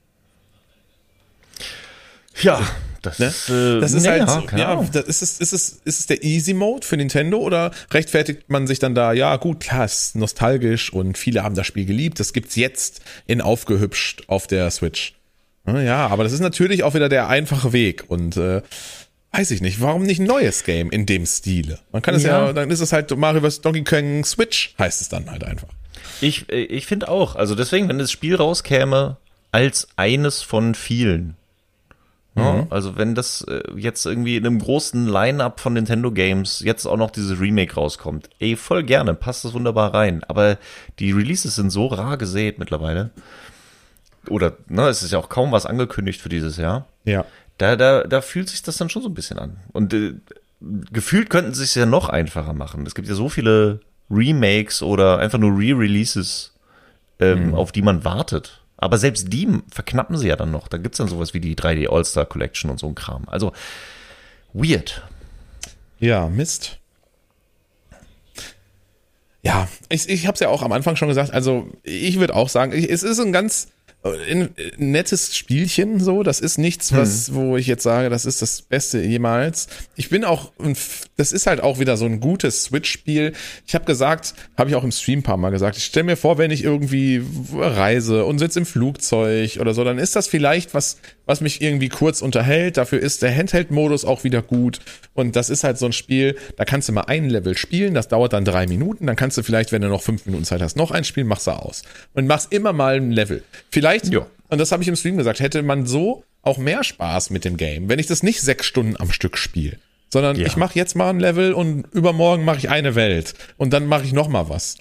Ja, das Ne? ist, äh, Das ist nee, halt, ja, keine ja, Ahnung. das ist, es, ist, es, ist es der Easy Mode für Nintendo oder rechtfertigt man sich dann da, ja gut, klar, es ist nostalgisch und viele haben das Spiel geliebt, das gibt's jetzt in aufgehübscht auf der Switch. Ja, aber das ist natürlich auch wieder der einfache Weg und äh, weiß ich nicht, warum nicht ein neues Game in dem Stile? Man kann es ja, ja dann ist es halt Mario versus. Donkey Kong Switch, heißt es dann halt einfach. Ich, ich finde auch, also deswegen, wenn das Spiel rauskäme als eines von vielen, mhm. ja, also wenn das jetzt irgendwie in einem großen Line-Up von Nintendo Games jetzt auch noch dieses Remake rauskommt, ey, voll gerne, passt das wunderbar rein, aber die Releases sind so rar gesät mittlerweile, oder, ne, es ist ja auch kaum was angekündigt für dieses Jahr. Ja. Da, da, da fühlt sich das dann schon so ein bisschen an. Und äh, gefühlt könnten sie es ja noch einfacher machen. Es gibt ja so viele Remakes oder einfach nur Re-Releases, ähm, mhm. auf die man wartet. Aber selbst die verknappen sie ja dann noch. Da gibt's dann sowas wie die drei D All-Star Collection und so ein Kram. Also, weird. Ja, Mist. Ja, ich, ich habe es ja auch am Anfang schon gesagt. Also, ich würde auch sagen, es ist ein ganz ein nettes Spielchen, so, das ist nichts, was, hm. wo ich jetzt sage, das ist das Beste jemals. Ich bin auch, das ist halt auch wieder so ein gutes Switch-Spiel. Ich habe gesagt, habe ich auch im Stream ein paar Mal gesagt, ich stelle mir vor, wenn ich irgendwie reise und sitze im Flugzeug oder so, dann ist das vielleicht was, was mich irgendwie kurz unterhält. Dafür ist der Handheld-Modus auch wieder gut. Und das ist halt so ein Spiel, da kannst du mal ein Level spielen, das dauert dann drei Minuten, dann kannst du vielleicht, wenn du noch fünf Minuten Zeit hast, noch ein Spiel, machst du aus. Und machst immer mal ein Level. Vielleicht, ja. Und das habe ich im Stream gesagt, hätte man so auch mehr Spaß mit dem Game, wenn ich das nicht sechs Stunden am Stück spiele, sondern ja. ich mache jetzt mal ein Level und übermorgen mache ich eine Welt und dann mache ich noch mal was.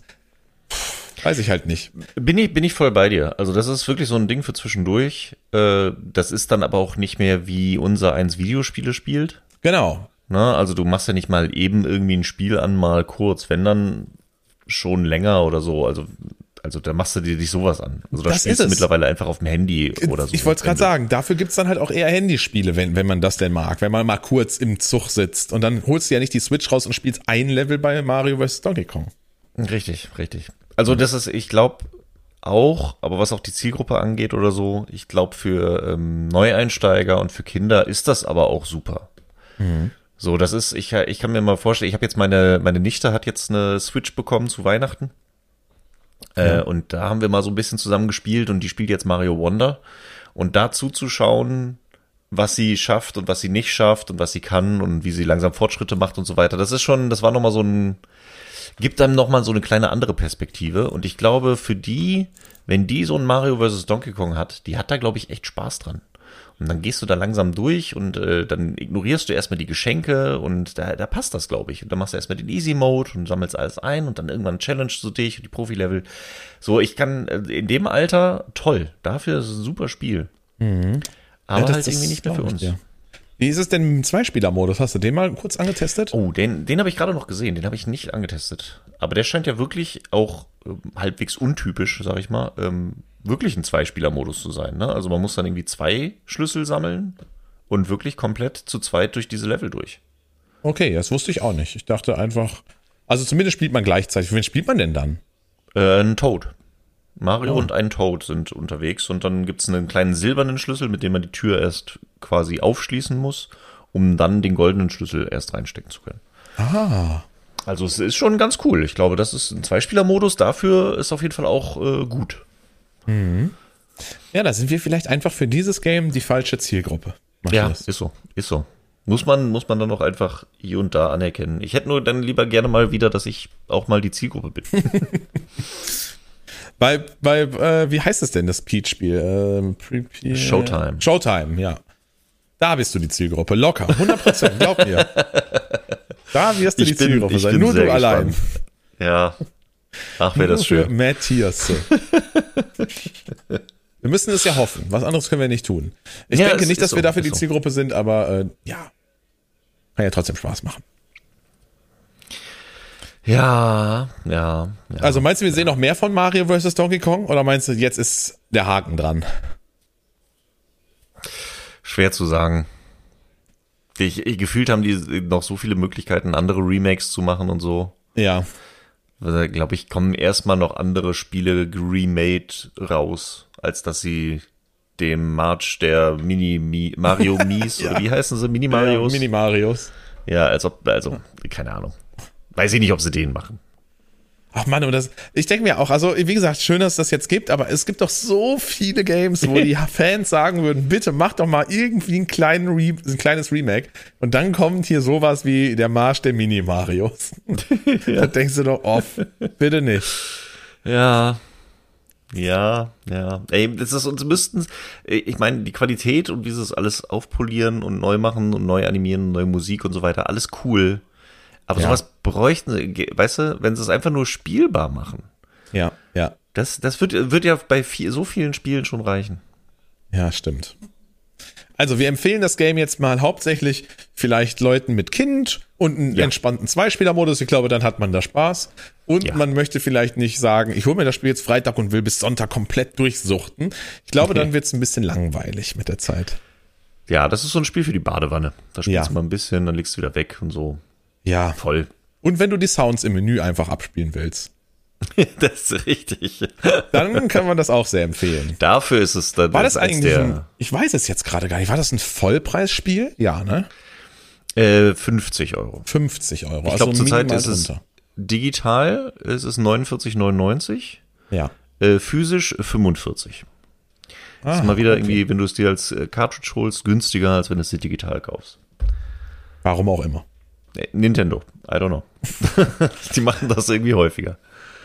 Puh, weiß ich halt nicht. Bin ich, bin ich voll bei dir. Also das ist wirklich so ein Ding für zwischendurch. Das ist dann aber auch nicht mehr, wie unser eins Videospiele spielt. Genau. Na, also du machst ja nicht mal eben irgendwie ein Spiel an, mal kurz, wenn dann schon länger oder so. Also Also da machst du dir nicht sowas an. Also da das spielst du mittlerweile einfach auf dem Handy oder so. Ich wollte es gerade sagen, dafür gibt's dann halt auch eher Handyspiele, wenn, wenn man das denn mag. Wenn man mal kurz im Zug sitzt und dann holst du ja nicht die Switch raus und spielst ein Level bei Mario versus. Donkey Kong. Richtig, richtig. Also das ist, ich glaube auch, aber was auch die Zielgruppe angeht oder so, ich glaube für ähm, Neueinsteiger und für Kinder ist das aber auch super. Mhm. So, das ist, ich, ich kann mir mal vorstellen, ich habe jetzt meine, meine Nichte hat jetzt eine Switch bekommen zu Weihnachten. Ja. Äh, und da haben wir mal so ein bisschen zusammen gespielt und die spielt jetzt Mario Wonder. Und da zuzuschauen, was sie schafft und was sie nicht schafft und was sie kann und wie sie langsam Fortschritte macht und so weiter, das ist schon, das war nochmal so ein, gibt einem nochmal so eine kleine andere Perspektive. Und ich glaube, für die, wenn die so ein Mario versus. Donkey Kong hat, die hat da, glaube ich, echt Spaß dran. Und dann gehst du da langsam durch und äh, dann ignorierst du erstmal die Geschenke und da, da passt das, glaube ich. Und dann machst du erstmal den Easy-Mode und sammelst alles ein und dann irgendwann challengest du dich und die Profi-Level. So, ich kann äh, in dem Alter, toll, dafür ist es ein super Spiel. Mhm. Aber ja, das, halt irgendwie nicht mehr für uns. Ja. Wie ist es denn im Zweispieler-Modus? Hast du den mal kurz angetestet? Oh, den, den habe ich gerade noch gesehen, den habe ich nicht angetestet. Aber der scheint ja wirklich auch äh, halbwegs untypisch, sag ich mal, ähm, wirklich ein Zweispieler-Modus zu sein. Ne? Also man muss dann irgendwie zwei Schlüssel sammeln und wirklich komplett zu zweit durch diese Level durch. Okay, das wusste ich auch nicht. Ich dachte einfach, also zumindest spielt man gleichzeitig. Wen spielt man denn dann? Äh, ein Toad. Mario oh. und ein Toad sind unterwegs und dann gibt's einen kleinen silbernen Schlüssel, mit dem man die Tür erst quasi aufschließen muss, um dann den goldenen Schlüssel erst reinstecken zu können. Ah. Also es ist schon ganz cool. Ich glaube, das ist ein Zweispieler-Modus. Dafür ist auf jeden Fall auch äh, gut. Mhm. Ja, da sind wir vielleicht einfach für dieses Game die falsche Zielgruppe. Mach ja, ist so, ist so. Muss man, muss man dann noch einfach hier und da anerkennen. Ich hätte nur dann lieber gerne mal wieder, dass ich auch mal die Zielgruppe bin. bei, bei äh, wie heißt es denn, das Peach-Spiel? Ähm, Pre- Showtime. Showtime, ja. Da bist du die Zielgruppe, locker, hundert Prozent, glaub mir. Da wirst du ich die bin, Zielgruppe ich sein, bin nur du allein. Gespannt. Ja. Ach, wäre das schön. Matthias. Wir müssen es ja hoffen. Was anderes können wir nicht tun. Ich ja, denke nicht, dass so, wir dafür die so. Zielgruppe sind, aber äh, ja. Kann ja trotzdem Spaß machen. Ja, ja, ja. Also meinst du, wir ja. sehen noch mehr von Mario versus. Donkey Kong? Oder meinst du, jetzt ist der Haken dran? Schwer zu sagen. Ich, ich gefühlt haben die noch so viele Möglichkeiten, andere Remakes zu machen und so. Ja. Also, glaube ich, kommen erstmal noch andere Spiele remade raus, als dass sie dem March der Mini Mi, Mario Mies, ja. oder wie heißen sie? Mini Marios? Ja, Mini Marios. Ja, als ob, also, keine Ahnung. Weiß ich nicht, ob sie den machen. Ach Mann, und das, ich denke mir auch, also wie gesagt, schön, dass es das jetzt gibt, aber es gibt doch so viele Games, wo die Fans sagen würden, bitte mach doch mal irgendwie einen kleinen Re- ein kleines Remake. Und dann kommt hier sowas wie der Marsch der Mini-Marios. Ja. Da denkst du doch, oh, bitte nicht. Ja, ja, ja. Ey, das ist uns müssten, ich meine, die Qualität und dieses alles aufpolieren und neu machen und neu animieren, neue Musik und so weiter, alles cool. Aber Ja. sowas bräuchten sie, weißt du, wenn sie es einfach nur spielbar machen. Ja, ja. Das, das wird, wird ja bei viel, so vielen Spielen schon reichen. Ja, stimmt. Also wir empfehlen das Game jetzt mal hauptsächlich vielleicht Leuten mit Kind und einen Ja. entspannten Zweispieler-Modus. Ich glaube, dann hat man da Spaß. Und Ja. man möchte vielleicht nicht sagen, ich hole mir das Spiel jetzt Freitag und will bis Sonntag komplett durchsuchten. Ich glaube, Okay. dann wird es ein bisschen langweilig mit der Zeit. Ja, das ist so ein Spiel für die Badewanne. Da spielst Ja. du mal ein bisschen, dann legst du wieder weg und so. Ja. Voll. Und wenn du die Sounds im Menü einfach abspielen willst, Das ist richtig. dann kann man das auch sehr empfehlen. Dafür ist es dann War das als eigentlich der ein, ich weiß es jetzt gerade gar nicht, war das ein Vollpreisspiel? Ja, ne? äh, fünfzig Euro. fünfzig Euro. Ich glaube, zurzeit minimal ist es drunter. digital, es ist neunundvierzig neunundneunzig, Ja. äh, physisch fünfundvierzig. Ah, ist mal wieder okay. irgendwie, wenn du es dir als äh, Cartridge holst, günstiger, als wenn du es dir digital kaufst. Warum auch immer. Äh, Nintendo, I don't know. Die machen das irgendwie häufiger.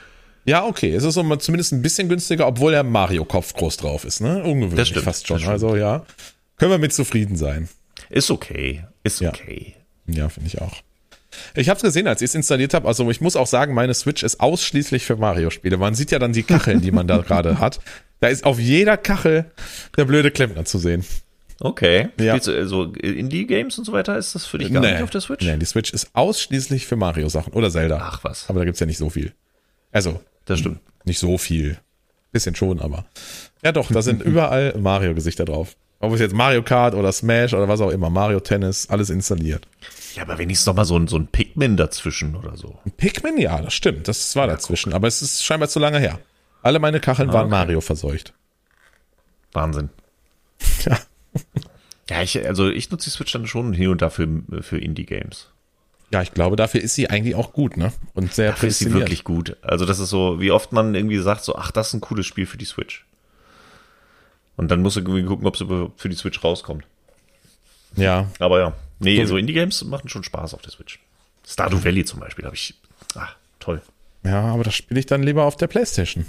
Ja, okay. Es ist so mal zumindest ein bisschen günstiger, obwohl der Mario-Kopf groß drauf ist, ne? Ungewöhnlich Das stimmt, fast schon. das stimmt. Also ja, können wir mit zufrieden sein. Ist okay, ist Ja. okay. Ja, finde ich auch. Ich habe es gesehen, als ich es installiert habe. Also ich muss auch sagen, meine Switch ist ausschließlich für Mario-Spiele. Man sieht ja dann die Kacheln, die man da gerade hat. Da ist auf jeder Kachel der blöde Klempner zu sehen. Okay. Ja. Spielst du äh, so Indie-Games und so weiter? Ist das für dich gar nicht auf der Switch? Nee, die Switch ist ausschließlich für Mario-Sachen oder Zelda. Ach was, Aber da gibt's ja nicht so viel. Also, das stimmt. nicht so viel. Bisschen schon, aber. Ja doch, da sind überall Mario-Gesichter drauf. Ob es jetzt Mario Kart oder Smash oder was auch immer, Mario Tennis, alles installiert. Ja, aber wenigstens noch mal so ein, so ein Pikmin dazwischen oder so. Pikmin, ja, das stimmt, das war dazwischen, aber es ist scheinbar zu lange her. Alle meine Kacheln waren okay. Mario verseucht. Wahnsinn. Ja. Ja, ich, also ich nutze die Switch dann schon hier und da für, für Indie-Games. Ja, ich glaube, dafür ist sie eigentlich auch gut, ne? Und sehr Dafür ist sie prädestiniert. wirklich gut. Also das ist so, wie oft man irgendwie sagt, so, ach, das ist ein cooles Spiel für die Switch. Und dann musst du irgendwie gucken, ob es für die Switch rauskommt. Ja, Aber ja, nee, So so, wie- Indie-Games machen schon Spaß auf der Switch. Stardew Valley zum Beispiel habe ich, ach, toll. ja, aber das spiele ich dann lieber auf der PlayStation.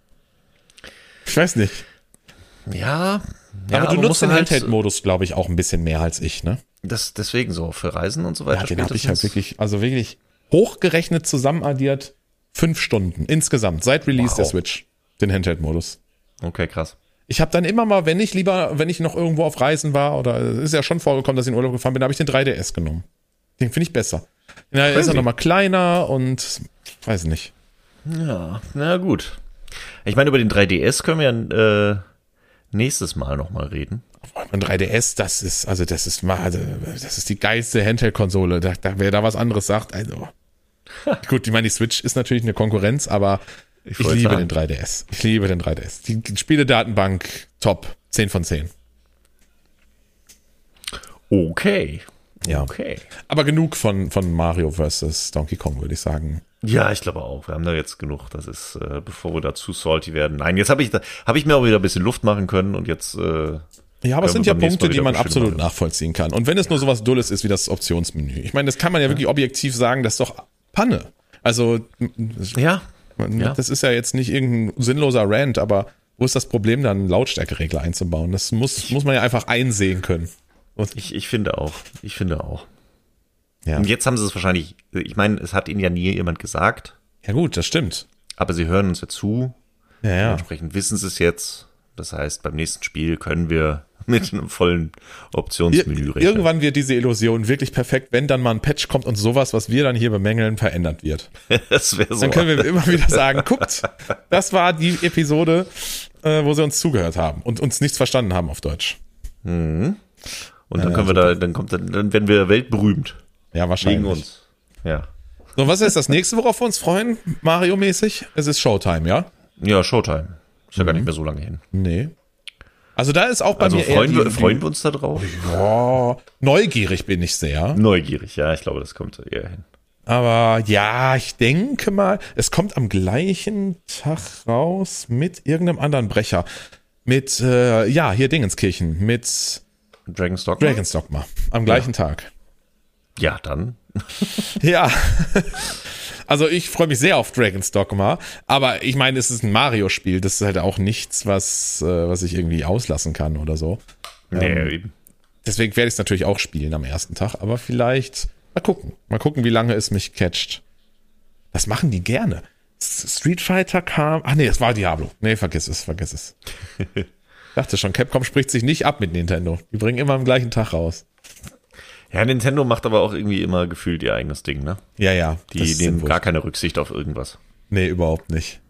Ich weiß nicht. Ja, ja aber du nutzt musst den halt- Handheld-Modus, glaube ich, auch ein bisschen mehr als ich, ne? Das, deswegen so, für Reisen und so weiter. Ja, den habe ich halt spätestens. wirklich, also wirklich hochgerechnet zusammenaddiert fünf Stunden insgesamt, seit Release Wow. der Switch, den Handheld-Modus. Okay, krass. Ich habe dann immer mal, wenn ich lieber, wenn ich noch irgendwo auf Reisen war, oder es ist ja schon vorgekommen, dass ich in Urlaub gefahren bin, habe ich den drei D S genommen. Den finde ich besser. Ja, ist Crazy. er nochmal kleiner und weiß nicht. Ja, na gut. Ich meine, über den drei D S können wir ja äh, nächstes Mal nochmal reden. Ein drei D S, das ist, also das ist mal, also, das ist die geilste Handheld-Konsole. Da, da, wer da was anderes sagt, also. Gut, ich meine, die Switch ist natürlich eine Konkurrenz, aber ich, wollte liebe sagen. den drei D S. Ich liebe den drei D S. Die Spieledatenbank, top. zehn von zehn. Okay. Ja. Okay. Aber genug von, von Mario versus Donkey Kong, würde ich sagen. Ja, ich glaube auch. Wir haben da jetzt genug. Das ist, äh, bevor wir da zu salty werden. Nein, jetzt habe ich, da- hab ich mir auch wieder ein bisschen Luft machen können und jetzt. Äh, Ja, aber es Können sind wir ja beim nächsten Punkte, Mal die wieder man bestimmt absolut machen. nachvollziehen kann. Und wenn es nur sowas Dulles ist wie das Optionsmenü. Ich meine, das kann man ja wirklich objektiv sagen, das ist doch Panne. Also, ja. man, Ja. das ist ja jetzt nicht irgendein sinnloser Rant, aber wo ist das Problem, dann einen Lautstärkeregler einzubauen? Das muss, muss man ja einfach einsehen können. Und, Ich, ich finde auch. Ich finde auch. ja. Und jetzt haben sie es wahrscheinlich, ich meine, es hat ihnen ja nie jemand gesagt, ja gut, das stimmt. aber sie hören uns ja zu. Ja, ja. Entsprechend wissen sie es jetzt. Das heißt, beim nächsten Spiel können wir mit einem vollen Optionsmenü Ir rechnen. irgendwann wird diese Illusion wirklich perfekt, wenn dann mal ein Patch kommt und sowas, was wir dann hier bemängeln, verändert wird. Das wäre so. Dann können wir immer wieder sagen, guckt, das war die Episode, äh, wo sie uns zugehört haben und uns nichts verstanden haben auf Deutsch. Und dann Ja, können wir da, dann kommt, dann, dann werden wir weltberühmt. Ja, wahrscheinlich. Wegen uns. Ja. So, was ist das nächste, worauf wir uns freuen? Mario-mäßig? Es ist Showtime, ja? Ja, Showtime. Ist ja gar nicht mehr so lange hin. Nee. Also da ist auch bei Also mir freuen eher wir, die, freuen wir uns da drauf? Ja, neugierig bin ich sehr. Neugierig, ja, ich glaube, das kommt eher hin. Aber ja, ich denke mal, es kommt am gleichen Tag raus mit irgendeinem anderen Brecher. Mit, äh, ja, hier Dingenskirchen, mit Dragon's Dogma? Dragon's Dogma. Am gleichen Ja. Tag. Ja, dann. Ja. Also ich freue mich sehr auf Dragon's Dogma, aber ich meine, es ist ein Mario-Spiel, das ist halt auch nichts, was, äh, was ich irgendwie auslassen kann oder so. Nee, Ähm, eben. Deswegen werde ich es natürlich auch spielen am ersten Tag, aber vielleicht mal gucken. Mal gucken, wie lange es mich catcht. Das machen die gerne. S- Street Fighter kam, ach nee, es war Diablo. Nee, vergiss es, vergiss es. Ich dachte schon, Capcom spricht sich nicht ab mit Nintendo. Die bringen immer am gleichen Tag raus. Ja, Nintendo macht aber auch irgendwie immer gefühlt ihr eigenes Ding, ne? Ja, ja. Die das ist nehmen sinnvoll. gar keine Rücksicht auf irgendwas. Nee, überhaupt nicht.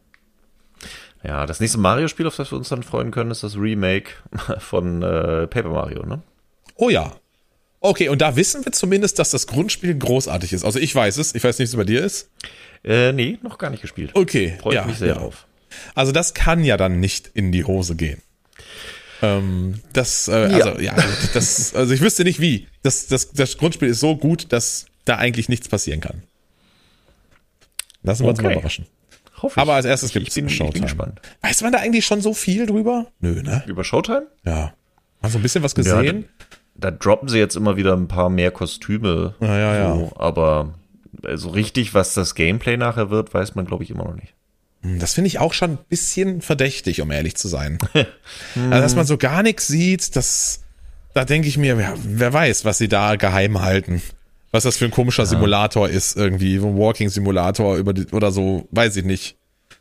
Ja, das nächste Mario-Spiel, auf das wir uns dann freuen können, ist das Remake von äh, Paper Mario, ne? Oh ja. Okay, und da wissen wir zumindest, dass das Grundspiel großartig ist. Also ich weiß es, ich weiß nicht, wie es bei dir ist. Äh, nee, noch gar nicht gespielt. Okay, Freue ich ja, mich sehr ja. drauf. Also das kann ja dann nicht in die Hose gehen. Ähm, das, äh, also ja, das, also ich wüsste nicht wie. Das, das, das Grundspiel ist so gut, dass da eigentlich nichts passieren kann. Lassen wir uns Okay. mal überraschen. Hoffe ich. Aber als erstes Ich- gibt ich bin- es ich bin Showtime. gespannt. Weiß man da eigentlich schon so viel drüber? Nö, ne? Über Showtime? Ja. Mal so ein bisschen was gesehen. Da droppen sie jetzt immer wieder ein paar mehr Kostüme. Ja, ja, ja. so, aber so richtig, was das Gameplay nachher wird, weiß man, glaube ich, immer noch nicht. Hm, Das finde ich auch schon ein bisschen verdächtig, um ehrlich zu sein. Also, dass man so gar nichts sieht, das, da denke ich mir, wer, wer weiß, was sie da geheim halten. Was das für ein komischer Simulator ist, irgendwie, so ein Walking-Simulator über die, oder so, weiß ich nicht.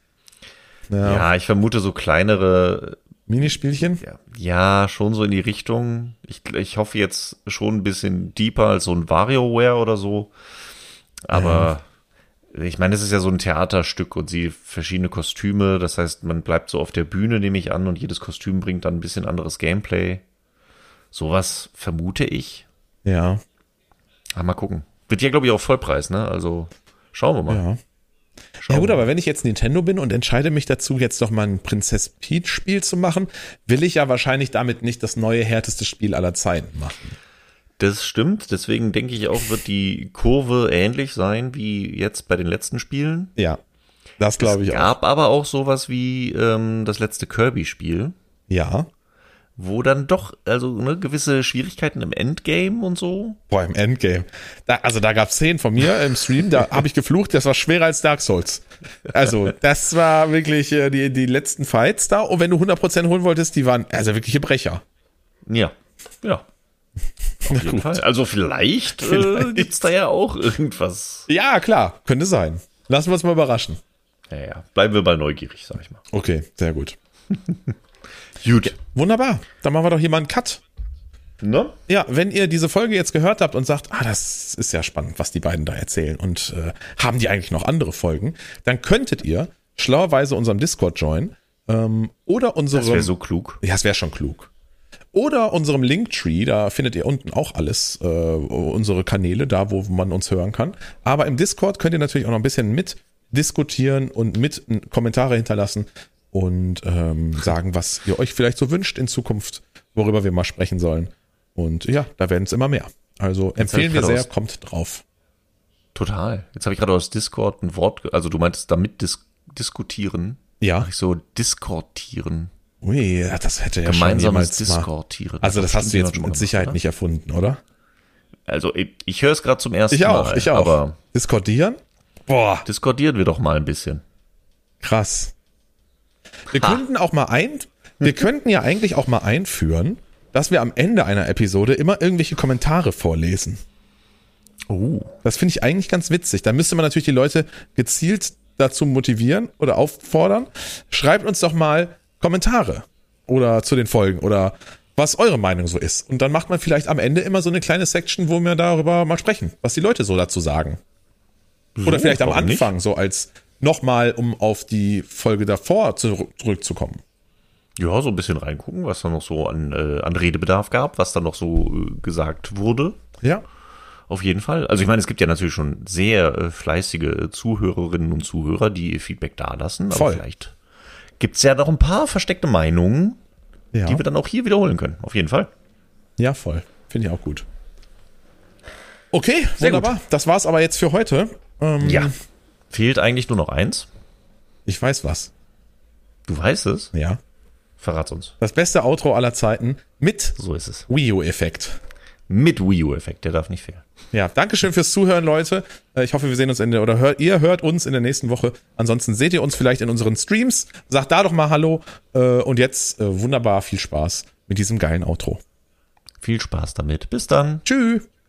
Ja. Ja, ich vermute so kleinere, Minispielchen? ja, ja, schon so in die Richtung. Ich, ich hoffe jetzt schon ein bisschen deeper als so ein WarioWare oder so. Aber ich meine, es ist ja so ein Theaterstück und sie verschiedene Kostüme. Das heißt, man bleibt so auf der Bühne, nehme ich an, und jedes Kostüm bringt dann ein bisschen anderes Gameplay. Sowas vermute ich. Ja, Ah, mal gucken. Wird ja, glaube ich, auch Vollpreis, ne? Also schauen wir mal. ja. Schauen Ja gut, wir mal. aber wenn ich jetzt Nintendo bin und entscheide mich dazu, jetzt doch mal ein Prinzess Peach Spiel zu machen, will ich ja wahrscheinlich damit nicht das neue härteste Spiel aller Zeiten machen. Das stimmt. Deswegen denke ich auch, wird die Kurve ähnlich sein wie jetzt bei den letzten Spielen. Ja, das glaube ich Es auch. gab aber auch sowas wie ähm, das letzte Kirby-Spiel, Ja. wo dann doch also ne, gewisse Schwierigkeiten im Endgame und so. Boah, im Endgame. Da, also da gab's Szenen von mir im Stream, da habe ich geflucht, das war schwerer als Dark Souls. Also das war wirklich äh, die, die letzten Fights da. Und wenn du hundert Prozent holen wolltest, die waren also wirkliche Brecher. Ja, ja. Auf jeden Fall. Also vielleicht, vielleicht. Äh, gibt's da ja auch irgendwas. Ja, klar, könnte sein. Lassen wir uns mal überraschen. Ja, ja. Bleiben wir mal neugierig, sag ich mal. Okay, sehr gut. Gut. Wunderbar. Dann machen wir doch hier mal einen Cut. Ne? Ja, wenn ihr diese Folge jetzt gehört habt und sagt, ah, das ist ja spannend, was die beiden da erzählen und äh, haben die eigentlich noch andere Folgen, dann könntet ihr schlauerweise unserem Discord joinen ähm, oder unserem... Das wäre so klug. Ja, es wäre schon klug. Oder unserem Linktree, da findet ihr unten auch alles, äh, unsere Kanäle, da wo man uns hören kann. Aber im Discord könnt ihr natürlich auch noch ein bisschen mit diskutieren und mit n- Kommentare hinterlassen und ähm, sagen, was ihr euch vielleicht so wünscht in Zukunft, worüber wir mal sprechen sollen. Und ja, da werden es immer mehr. Also empfehlen wir gerade sehr, aus- kommt drauf. Total. Jetzt habe ich gerade aus Discord ein Wort, ge- also du meintest damit dis diskutieren. Ja. Mach ich so diskortieren. Ui, ja, das hätte ja Gemeinsames schon jemals mal. Diskortieren. Also das hast du bestimmt jetzt jemand schon mit mal Sicherheit gemacht, nicht erfunden, oder? oder? Also ich, ich höre es gerade zum ersten Ich auch, Mal. ich auch. Aber Discordieren? Boah. diskordieren wir doch mal ein bisschen. Krass. Wir könnten auch mal ein, wir könnten ja eigentlich auch mal einführen, dass wir am Ende einer Episode immer irgendwelche Kommentare vorlesen. Oh. Das finde ich eigentlich ganz witzig. Da müsste man natürlich die Leute gezielt dazu motivieren oder auffordern. Schreibt uns doch mal Kommentare oder zu den Folgen oder was eure Meinung so ist. Und dann macht man vielleicht am Ende immer so eine kleine Section, wo wir darüber mal sprechen, was die Leute so dazu sagen. Oder So, vielleicht am warum nicht? Anfang, so als nochmal, um auf die Folge davor zu, zurückzukommen. Ja, so ein bisschen reingucken, was da noch so an, äh, an Redebedarf gab, was da noch so äh, gesagt wurde. Ja. Auf jeden Fall. Also ich meine, es gibt ja natürlich schon sehr äh, fleißige Zuhörerinnen und Zuhörer, die ihr Feedback dalassen. Aber Voll. vielleicht gibt's ja noch ein paar versteckte Meinungen, Ja, die wir dann auch hier wiederholen können. Auf jeden Fall. ja voll. Finde ich auch gut. Okay, Sehr wunderbar. gut. Das war's aber jetzt für heute. Ähm, Ja. Fehlt eigentlich nur noch eins. Ich weiß was. Du weißt es? Ja. Verrat's uns. Das beste Outro aller Zeiten mit So ist es. Wii U-Effekt. Mit Wii U-Effekt, der darf nicht fehlen. Ja, Dankeschön fürs Zuhören, Leute. Äh, Ich hoffe, wir sehen uns in der, oder hört, ihr hört uns in der nächsten Woche. Ansonsten seht ihr uns vielleicht in unseren Streams. Sagt da doch mal Hallo. Äh, Und jetzt äh, wunderbar viel Spaß mit diesem geilen Outro. Viel Spaß damit. Bis dann. Tschüss.